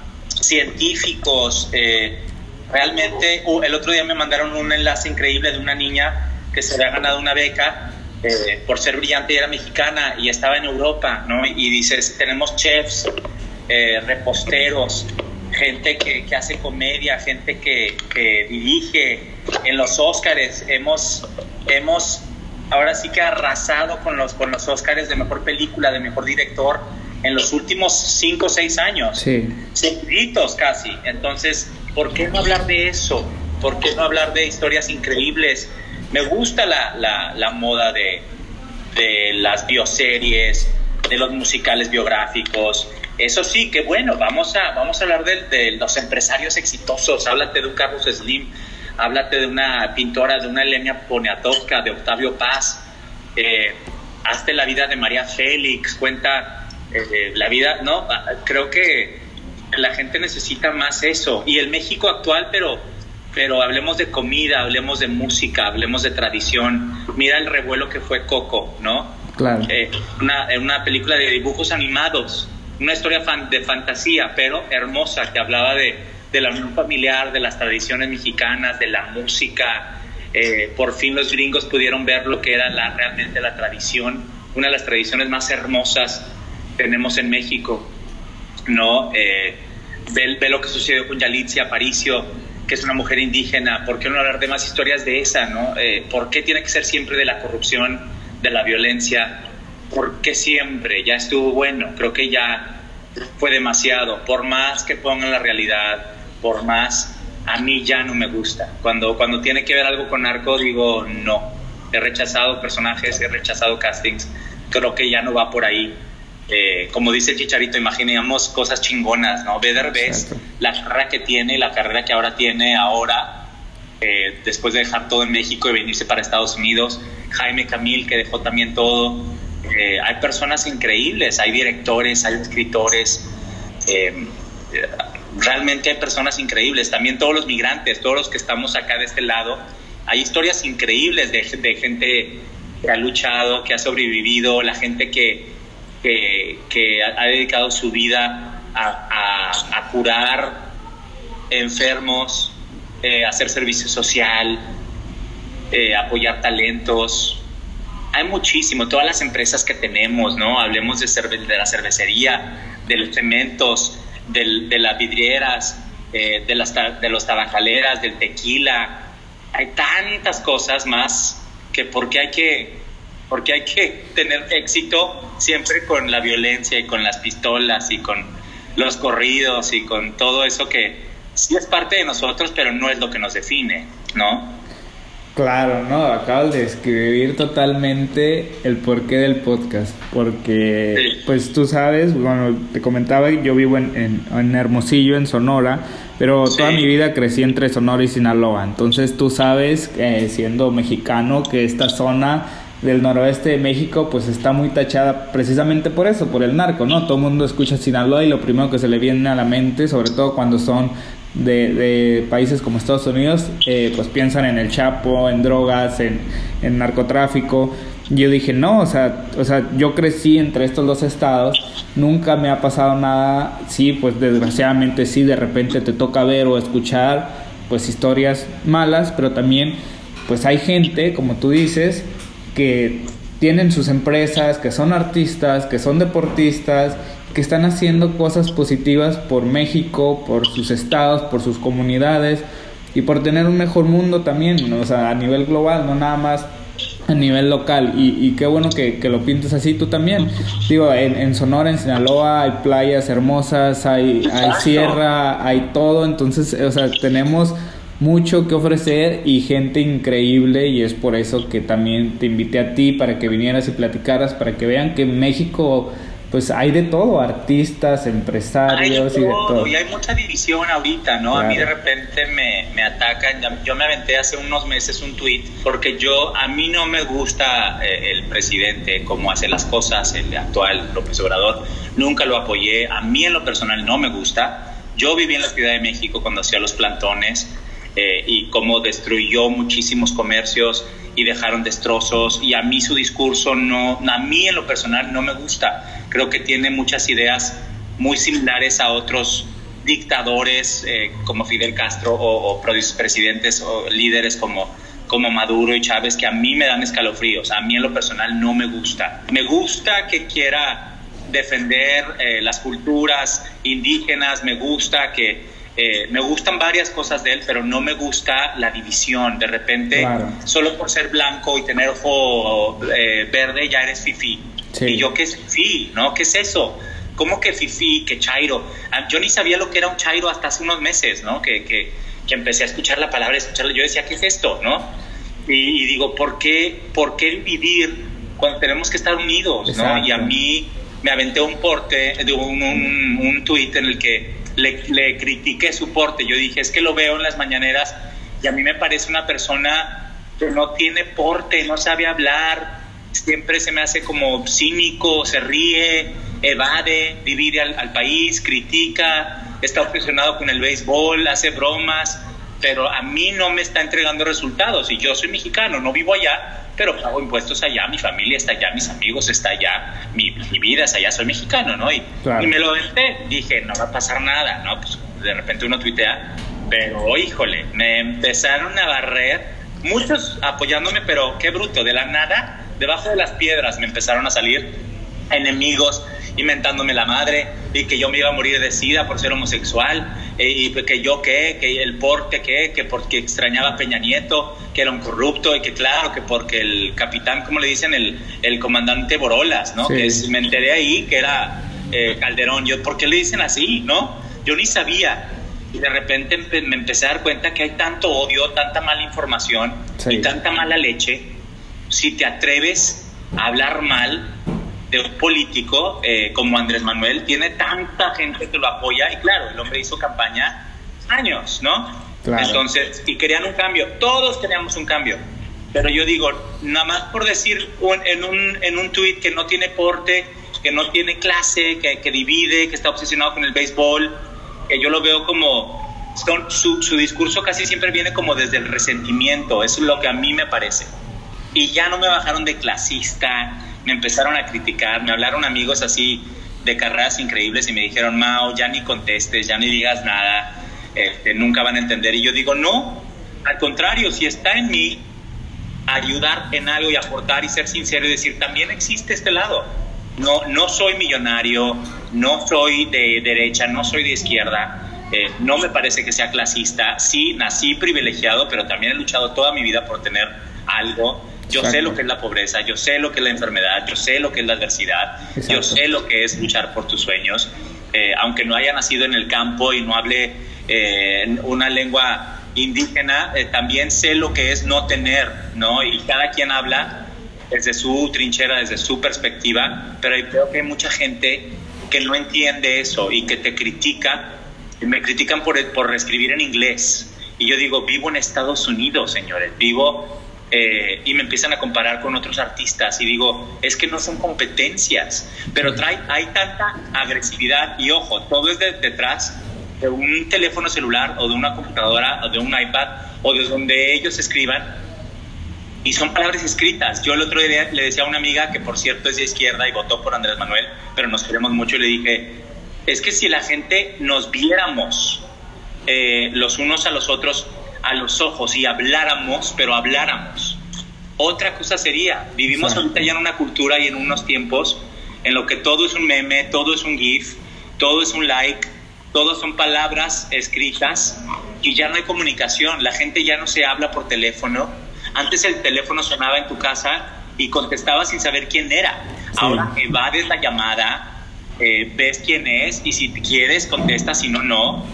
científicos. Eh, realmente, uh, el otro día me mandaron un enlace increíble de una niña que se había ganado una beca eh, por ser brillante y era mexicana y estaba en Europa, ¿no? Y dices, tenemos chefs, eh, reposteros, gente que, que hace comedia, gente que, que dirige. En los Óscares hemos, hemos ahora sí que arrasado con los, con los Óscares de mejor película, de mejor director en los últimos cinco o seis años. Sí. Seguiditos casi. Entonces, ¿por qué no hablar de eso? ¿Por qué no hablar de historias increíbles? Me gusta la, la, la moda de, de las bioseries, de los musicales biográficos. Eso sí, que bueno, vamos a, vamos a hablar de, de los empresarios exitosos. Háblate de un Carlos Slim, háblate de una pintora, de una Elena Poniatowska, de Octavio Paz. Eh, hazte la vida de María Félix, cuenta eh, la vida, ¿no? Creo que la gente necesita más eso. Y el México actual, pero, pero hablemos de comida, hablemos de música, hablemos de tradición. Mira el revuelo que fue Coco, ¿no? Claro. Eh, una, una película de dibujos animados, una historia fan, de fantasía, pero hermosa, que hablaba de, de la unión familiar, de las tradiciones mexicanas, de la música. Eh, por fin los gringos pudieron ver lo que era la, realmente la tradición, una de las tradiciones más hermosas que tenemos en México, ¿no? Eh, ve, ve lo que sucedió con Yalitza Aparicio, que es una mujer indígena. ¿Por qué no hablar de más historias de esa, no? Eh, ¿Por qué tiene que ser siempre de la corrupción, de la violencia? ¿Por qué siempre? Ya estuvo bueno, creo que ya fue demasiado. Por más que pongan la realidad, por más, a mí ya no me gusta. Cuando, cuando tiene que ver algo con narco, digo no. He rechazado personajes, he rechazado castings. Creo que ya no va por ahí. Eh, como dice el Chicharito, imaginemos cosas chingonas, ¿no? Ve Derbez, la carrera que tiene, la carrera que ahora tiene, ahora, eh, después de dejar todo en México y venirse para Estados Unidos. Jaime Camil, que dejó también todo. Eh, hay personas increíbles, hay directores, hay escritores, eh, realmente hay personas increíbles. También todos los migrantes, todos los que estamos acá de este lado, hay historias increíbles de, de gente que ha luchado, que ha sobrevivido, la gente que, que, que ha dedicado su vida a, a, a curar enfermos, eh, hacer servicio social, eh, apoyar talentos. Hay muchísimo, todas las empresas que tenemos, ¿no? Hablemos de, cerve- de la cervecería, de los cementos, del, de las vidrieras, eh, de, las ta- de los tabacaleras, del tequila. Hay tantas cosas más que porque hay que, porque hay que tener éxito siempre con la violencia y con las pistolas y con los corridos y con todo eso que sí es parte de nosotros, pero no es lo que nos define, ¿no? Claro, no, acabas de describir totalmente el porqué del podcast, porque sí. Pues tú sabes, bueno, te comentaba, yo vivo en, en, en Hermosillo, en Sonora, pero sí. Toda mi vida crecí entre Sonora y Sinaloa, entonces tú sabes, eh, siendo mexicano, que esta zona del noroeste de México pues está muy tachada precisamente por eso, por el narco, ¿no? Todo el mundo escucha Sinaloa y lo primero que se le viene a la mente, sobre todo cuando son De, de países como Estados Unidos, eh, pues piensan en el Chapo, en drogas, en, en narcotráfico. Yo dije, no, o sea, o sea, yo crecí entre estos dos estados, nunca me ha pasado nada. Sí, pues desgraciadamente sí, de repente te toca ver o escuchar pues historias malas, pero también pues hay gente, como tú dices, que tienen sus empresas, que son artistas, que son deportistas, que están haciendo cosas positivas por México, por sus estados, por sus comunidades y por tener un mejor mundo también, o sea, a nivel global, no nada más a nivel local. Y, y qué bueno que, que lo pintes así tú también. Digo, en, en Sonora, en Sinaloa hay playas hermosas, hay, hay sierra, hay todo, entonces, o sea, tenemos mucho que ofrecer y gente increíble, y es por eso que también te invité a ti para que vinieras y platicaras, para que vean que en México pues hay de todo, artistas, empresarios hay de todo, y de todo. Y hay mucha división ahorita, ¿no? Claro. A mí de repente me, me atacan. Yo me aventé hace unos meses un tweet porque yo, a mí no me gusta eh, el presidente, cómo hace las cosas, el actual López Obrador. Nunca lo apoyé. A mí en lo personal no me gusta. Yo viví en la Ciudad de México cuando hacía los plantones eh, y cómo destruyó muchísimos comercios y dejaron destrozos, y a mí su discurso no, a mí en lo personal no me gusta. Creo que tiene muchas ideas muy similares a otros dictadores eh, como Fidel Castro o, o presidentes o líderes como, como Maduro y Chávez, que a mí me dan escalofríos. A mí en lo personal no me gusta. Me gusta que quiera defender eh, las culturas indígenas, me gusta que Eh, me gustan varias cosas de él, pero no me gusta la división. De repente, claro, solo por ser blanco y tener ojo eh, verde ya eres fifí. Sí. Y yo, ¿qué es fifí? ¿No? ¿Qué es eso? ¿Cómo que fifí? ¿Qué chairo? Yo ni sabía lo que era un chairo hasta hace unos meses, ¿no? Que, que, que empecé a escuchar la palabra, escucharla. Yo decía, ¿qué es esto? ¿No? Y, y digo, ¿por qué, ¿por qué vivir cuando tenemos que estar unidos? ¿No? Y a mí me aventé un porte, un, un, un tuit en el que Le, le critiqué su porte. Yo dije, es que lo veo en las mañaneras y a mí me parece una persona que no tiene porte, no sabe hablar, siempre se me hace como cínico, se ríe, evade, divide al, al país, critica, está obsesionado con el béisbol, hace bromas, pero a mí no me está entregando resultados. Y yo soy mexicano, no vivo allá, pero pago impuestos allá, mi familia está allá, mis amigos están allá, mi, mi vida es allá, soy mexicano, ¿no? Y, claro, y me lo aventé, dije, no va a pasar nada, ¿no? Pues de repente uno tuitea, pero híjole, me empezaron a barrer, muchos apoyándome, pero qué bruto, de la nada, debajo de las piedras me empezaron a salir enemigos, inventándome la madre, y que yo me iba a morir de sida por ser homosexual, y que yo qué, que el porte qué, que porque extrañaba a Peña Nieto, que era un corrupto, y que claro, que porque el capitán, como le dicen, el, el comandante Borolas, ¿no? Sí. Que es, me enteré ahí que era eh, Calderón. Yo, ¿por qué le dicen así, no? Yo ni sabía. Y de repente me empecé a dar cuenta que hay tanto odio, tanta mala información, sí, y tanta mala leche. Si te atreves a hablar mal de un político eh, como Andrés Manuel, tiene tanta gente que lo apoya, y claro, el hombre hizo campaña años, ¿no? Claro. Entonces, y querían un cambio, todos queríamos un cambio, pero yo digo, nada más por decir un, en un en un tuit que no tiene porte, que no tiene clase, que, que divide, que está obsesionado con el béisbol, que yo lo veo como, son, su, su discurso casi siempre viene como desde el resentimiento, eso es lo que a mí me parece, y ya no me bajaron de clasista, me empezaron a criticar, me hablaron amigos así de carreras increíbles y me dijeron, Mao, ya ni contestes, ya ni digas nada, este, nunca van a entender. Y yo digo, no, al contrario, si está en mí ayudar en algo y aportar y ser sincero y decir, también existe este lado. No, no soy millonario, no soy de derecha, no soy de izquierda, eh, no me parece que sea clasista. Sí, nací privilegiado, pero también he luchado toda mi vida por tener algo. Yo Exacto. sé lo que es la pobreza, yo sé lo que es la enfermedad, yo sé lo que es la adversidad, Exacto. yo sé lo que es luchar por tus sueños, eh, aunque no haya nacido en el campo y no hable eh, una lengua indígena, eh, también sé lo que es no tener, ¿no? Y cada quien habla desde su trinchera, desde su perspectiva, pero creo que hay mucha gente que no entiende eso y que te critica, me critican por, por escribir en inglés, y yo digo, vivo en Estados Unidos, señores, vivo... Eh, y me empiezan a comparar con otros artistas y digo, es que no son competencias, pero trae, hay tanta agresividad y ojo, todo es de, detrás de un teléfono celular o de una computadora o de un iPad o de donde ellos escriban, y son palabras escritas. Yo el otro día le decía a una amiga que por cierto es de izquierda y votó por Andrés Manuel, pero nos queremos mucho, y le dije, es que si la gente nos viéramos eh, los unos a los otros a los ojos y habláramos, pero habláramos, otra cosa sería. Vivimos Exacto. ahorita ya en una cultura y en unos tiempos en lo que todo es un meme, todo es un gif, todo es un like, todo son palabras escritas y ya no hay comunicación. La gente ya no se habla por teléfono. Antes el teléfono sonaba en tu casa y contestabas sin saber quién era. Sí. Ahora evades la llamada, eh, ves quién es y si quieres contestas, si no, no.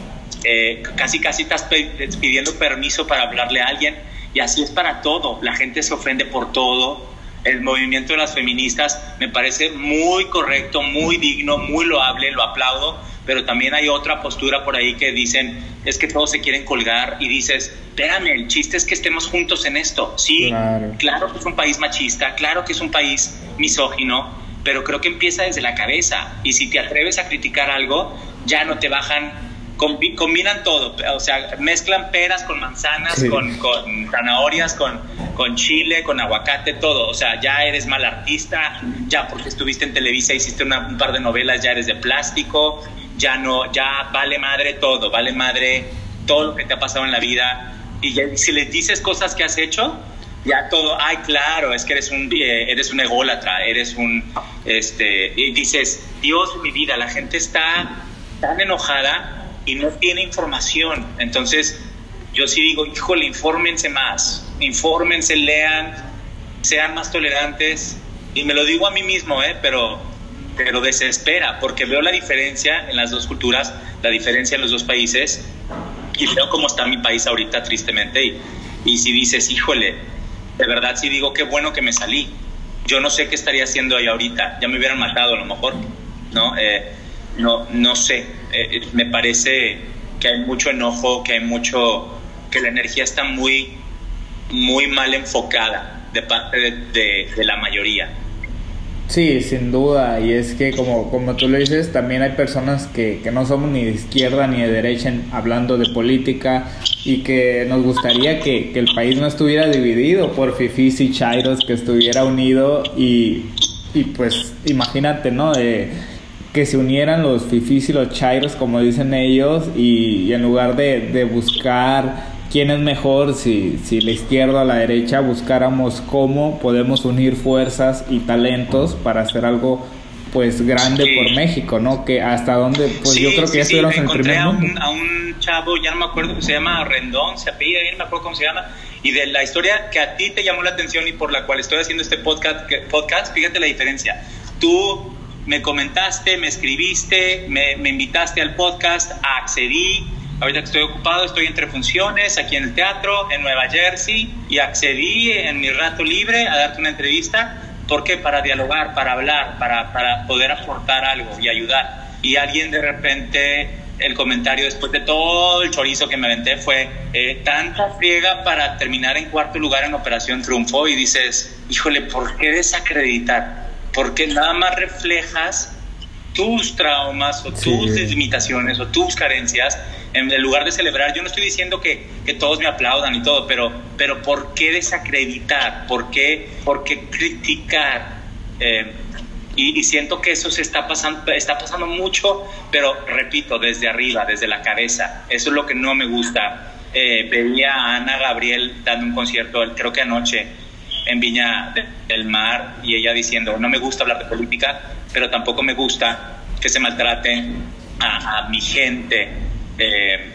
eh, casi casi estás pidiendo permiso para hablarle a alguien, y así es para todo. La gente se ofende por todo. El movimiento de las feministas me parece muy correcto, muy digno, muy loable, lo aplaudo, pero también hay otra postura por ahí que dicen, es que todos se quieren colgar, y dices, espérame, el chiste es que estemos juntos en esto. Sí, claro. claro que es un país machista, claro que es un país misógino, pero creo que empieza desde la cabeza, y si te atreves a criticar algo, ya no te bajan, combinan todo, o sea, mezclan peras con manzanas, sí. con, con zanahorias, con, con chile, con aguacate, todo. O sea, ya eres mal artista, ya porque estuviste en Televisa, hiciste una, un par de novelas, ya eres de plástico, ya no, ya vale madre todo, vale madre todo lo que te ha pasado en la vida. Y ya, si les dices cosas que has hecho, ya todo, ay, claro, es que eres un, eh, eres un ególatra, eres un, este, y dices, Dios de mi vida, la gente está tan enojada y no tiene información. Entonces yo sí digo, híjole, infórmense más, infórmense, lean, sean más tolerantes, y me lo digo a mí mismo, ¿eh? pero, pero desespera, porque veo la diferencia en las dos culturas, la diferencia en los dos países, y veo cómo está mi país ahorita, tristemente, y, y si dices, híjole, de verdad sí digo, qué bueno que me salí. Yo no sé qué estaría haciendo ahí ahorita, ya me hubieran matado a lo mejor, ¿no? Eh, No, no sé, eh, me parece que hay mucho enojo, que hay mucho, que la energía está muy, muy mal enfocada de parte de, de, de la mayoría. Sí, sin duda, y es que como, como tú lo dices, también hay personas que, que no somos ni de izquierda ni de derecha en, hablando de política, y que nos gustaría que, que el país no estuviera dividido por fifís y chairos, que estuviera unido, y, y pues imagínate, ¿no? Eh, que se unieran los fifís y los chairos, como dicen ellos, y, y en lugar de, de buscar quién es mejor, si, si la izquierda o la derecha, buscáramos cómo podemos unir fuerzas y talentos para hacer algo pues grande sí. por México, ¿no? Que hasta donde, pues sí, yo creo que sí, ya estuvieron sí. en el primer mundo. Encontré a un chavo, ya no me acuerdo, se llama Rendón, se apellida, ya no me acuerdo cómo se llama, y de la historia que a ti te llamó la atención y por la cual estoy haciendo este podcast, que, podcast fíjate la diferencia. Tú me comentaste, me escribiste, me, me invitaste al podcast, accedí. Ahorita que estoy ocupado, estoy entre funciones aquí en el teatro, en Nueva Jersey, y accedí en mi rato libre a darte una entrevista. ¿Por qué? Para dialogar, para hablar, para, para poder aportar algo y ayudar. Y alguien de repente, el comentario después de todo el chorizo que me aventé fue eh, tanta friega para terminar en cuarto lugar en Operación Triunfo, y dices, híjole, ¿por qué desacreditar? Porque nada más reflejas tus traumas o sí. tus limitaciones o tus carencias en lugar de celebrar. Yo no estoy diciendo que, que todos me aplaudan y todo, pero, pero ¿por qué desacreditar? ¿Por qué, por qué criticar? Eh, y, y siento que eso se está pasando, está pasando mucho, pero repito, desde arriba, desde la cabeza. Eso es lo que no me gusta. Eh, veía a Ana Gabriel dando un concierto, creo que anoche, en Viña del Mar, y ella diciendo, no me gusta hablar de política, pero tampoco me gusta que se maltrate a, a mi gente, eh,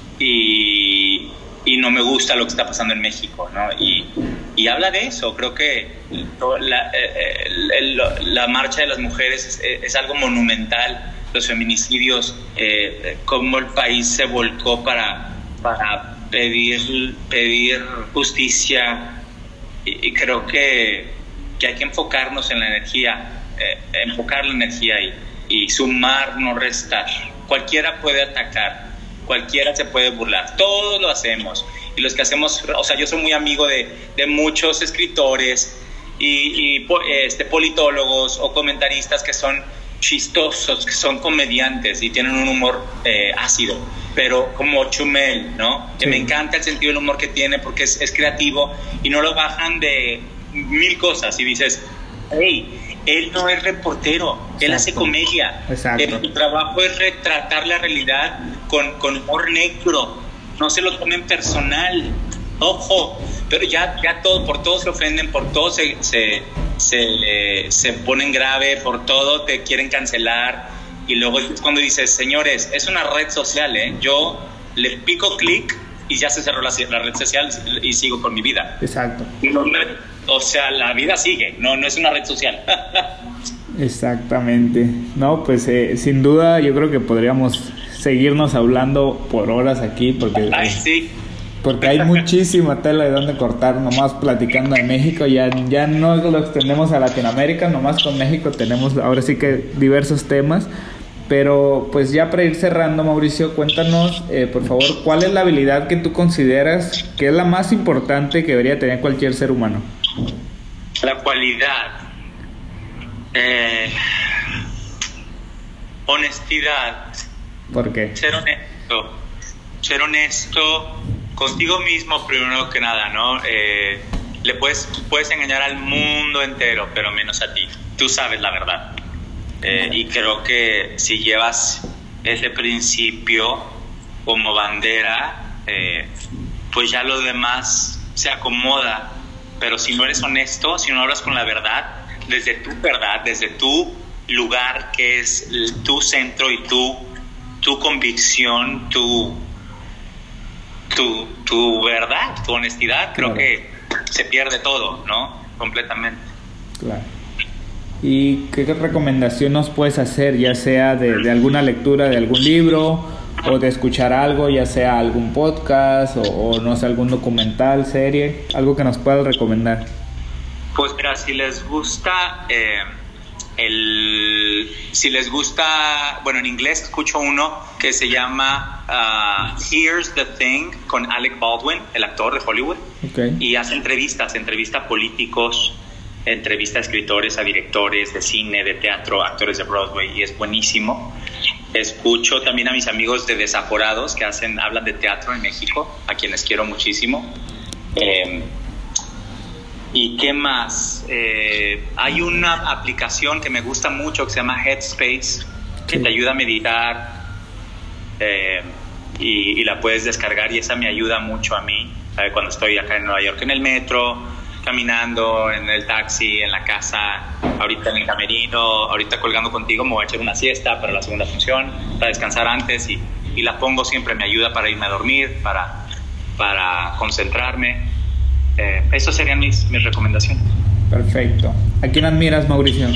y, y no me gusta lo que está pasando en México, ¿no? Y, y habla de eso. Creo que la, eh, el, la marcha de las mujeres es, es algo monumental, los feminicidios, eh, cómo el país se volcó para, para pedir, pedir justicia. Y creo que, que hay que enfocarnos en la energía, eh, enfocar la energía y, y sumar, no restar. Cualquiera puede atacar, cualquiera se puede burlar, todos lo hacemos. Y los que hacemos, o sea, yo soy muy amigo de, de muchos escritores y, y este, politólogos o comentaristas que son chistosos, que son comediantes y tienen un humor eh, ácido, pero como Chumel, ¿no? Sí. Que me encanta el sentido del humor que tiene porque es, es creativo y no lo bajan de mil cosas y dices, hey, él no es reportero, exacto. Él hace comedia. Exacto. Su trabajo es retratar la realidad con, con humor negro, no se lo tomen personal, ojo, pero ya, ya todo, por todo se ofenden, por todo se, se, se, eh, se ponen grave, por todo te quieren cancelar. Y luego es cuando dices, señores, es una red social, ¿eh? Yo le pico clic y ya se cerró la, la red social y sigo con mi vida. Exacto. No, o sea, la vida sigue, no, no es una red social. Exactamente. No, pues eh, sin duda yo creo que podríamos seguirnos hablando por horas aquí porque, Ay, sí. porque hay muchísima tela de donde cortar, nomás platicando de México. Ya, ya no lo extendemos a Latinoamérica, nomás con México tenemos ahora sí que diversos temas. Pero pues ya para ir cerrando, Mauricio, cuéntanos eh, por favor, ¿cuál es la habilidad que tú consideras que es la más importante que debería tener cualquier ser humano? La cualidad. Eh, honestidad. ¿Por qué? Ser honesto. Ser honesto contigo mismo primero que nada, ¿no? Eh, le puedes, puedes engañar al mundo entero, pero menos a ti. Tú sabes la verdad. Eh, y creo que si llevas ese principio como bandera, eh, pues ya lo demás se acomoda. Pero si no eres honesto, si no hablas con la verdad, desde tu verdad, desde tu lugar que es tu centro y tu, tu convicción, tu, tu, tu verdad, tu honestidad, creo claro. que se pierde todo, ¿no? Completamente. Claro. ¿Y qué recomendación nos puedes hacer, ya sea de, de alguna lectura de algún libro o de escuchar algo, ya sea algún podcast o, o no sé, algún documental, serie, algo que nos puedas recomendar? Pues mira, si les gusta eh, el, si les gusta, bueno, en inglés escucho uno que se llama uh, Here's the Thing con Alec Baldwin, el actor de Hollywood, okay. Y hace entrevistas, entrevista a políticos, entrevista a escritores, a directores de cine, de teatro, actores de Broadway, y es buenísimo. Escucho también a mis amigos de Desaforados que hacen, hablan de teatro en México, a quienes quiero muchísimo. Eh, ¿Y qué más? Eh, hay una aplicación que me gusta mucho que se llama Headspace, que sí. te ayuda a meditar eh, y, y la puedes descargar, y esa me ayuda mucho a mí eh, cuando estoy acá en Nueva York en el metro, caminando, en el taxi, en la casa, ahorita en el camerino, ahorita colgando contigo, me voy a echar una siesta para la segunda función, para descansar antes, y, y la pongo siempre, me ayuda para irme a dormir, para, para concentrarme. Eh, esas serían mis, mis recomendaciones. Perfecto. ¿A quién admiras, Mauricio?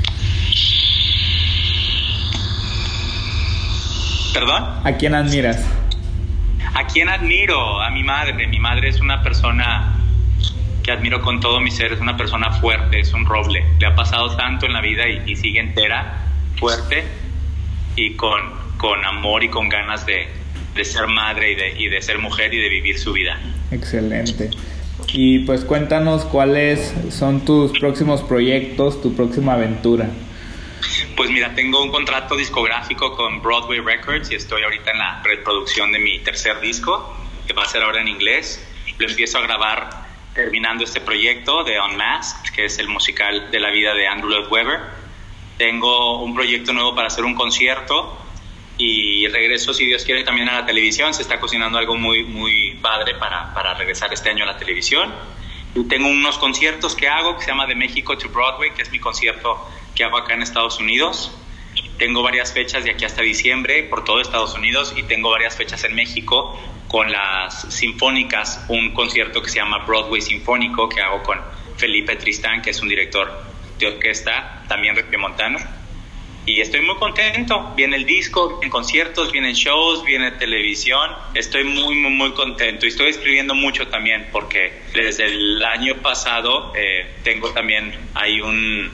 ¿Perdón? ¿A quién admiras? ¿A quién admiro? A mi madre. Mi madre es una persona que admiro con todo mi ser, es una persona fuerte, es un roble. Le ha pasado tanto en la vida y, y sigue entera, fuerte y con, con amor y con ganas de, de ser madre y de, y de ser mujer y de vivir su vida. Excelente. Y pues cuéntanos cuáles son tus próximos proyectos, tu próxima aventura. Pues mira, tengo un contrato discográfico con Broadway Records y estoy ahorita en la preproducción de mi tercer disco, que va a ser ahora en inglés. Lo empiezo a grabar terminando este proyecto de Unmasked, que es el musical de la vida de Andrew Lloyd Webber. Tengo un proyecto nuevo para hacer un concierto y regreso, si Dios quiere, también a la televisión. Se está cocinando algo muy, muy padre para, para regresar este año a la televisión. Y tengo unos conciertos que hago que se llama De México to Broadway, que es mi concierto que hago acá en Estados Unidos. Tengo varias fechas de aquí hasta diciembre por todo Estados Unidos y tengo varias fechas en México con las Sinfónicas, un concierto que se llama Broadway Sinfónico que hago con Felipe Tristán, que es un director de orquesta, también regiomontano. Y estoy muy contento. Viene el disco, vienen conciertos, vienen shows, viene televisión. Estoy muy, muy, muy contento. Y estoy escribiendo mucho también porque desde el año pasado eh, tengo también, hay un,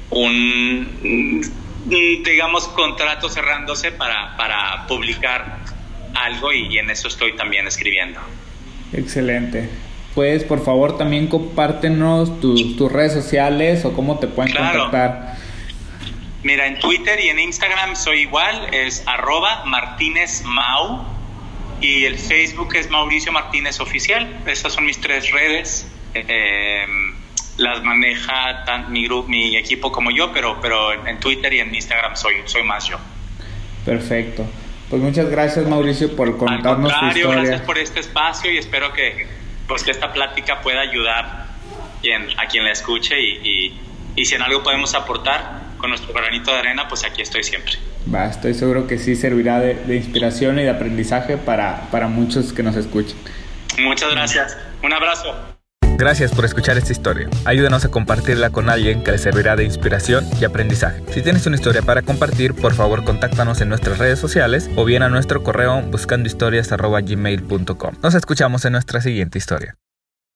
un, digamos, contrato cerrándose para, para publicar algo y, y en eso estoy también escribiendo. Excelente. Pues por favor también compártenos tus, tus redes sociales o cómo te pueden claro. contactar. Mira, en Twitter y en Instagram soy igual, es arroba Martínez Mau, y el Facebook es Mauricio Martínez Oficial. Esas son mis tres redes. Eh, las maneja tan mi grupo, mi equipo como yo, pero, pero en Twitter y en Instagram soy, soy más yo. Perfecto. Pues muchas gracias, Mauricio, por contarnos tu historia. Gracias por este espacio y espero que, pues, que esta plática pueda ayudar quien, a quien la escuche y, y, y si en algo podemos aportar con nuestro granito de arena, pues aquí estoy siempre. Va, estoy seguro que sí servirá de, de inspiración y de aprendizaje para, para muchos que nos escuchen. Muchas gracias. Un abrazo. Gracias por escuchar esta historia. Ayúdanos a compartirla con alguien que le servirá de inspiración y aprendizaje. Si tienes una historia para compartir, por favor contáctanos en nuestras redes sociales o bien a nuestro correo buscandohistorias arroba gmail punto com. Nos escuchamos en nuestra siguiente historia.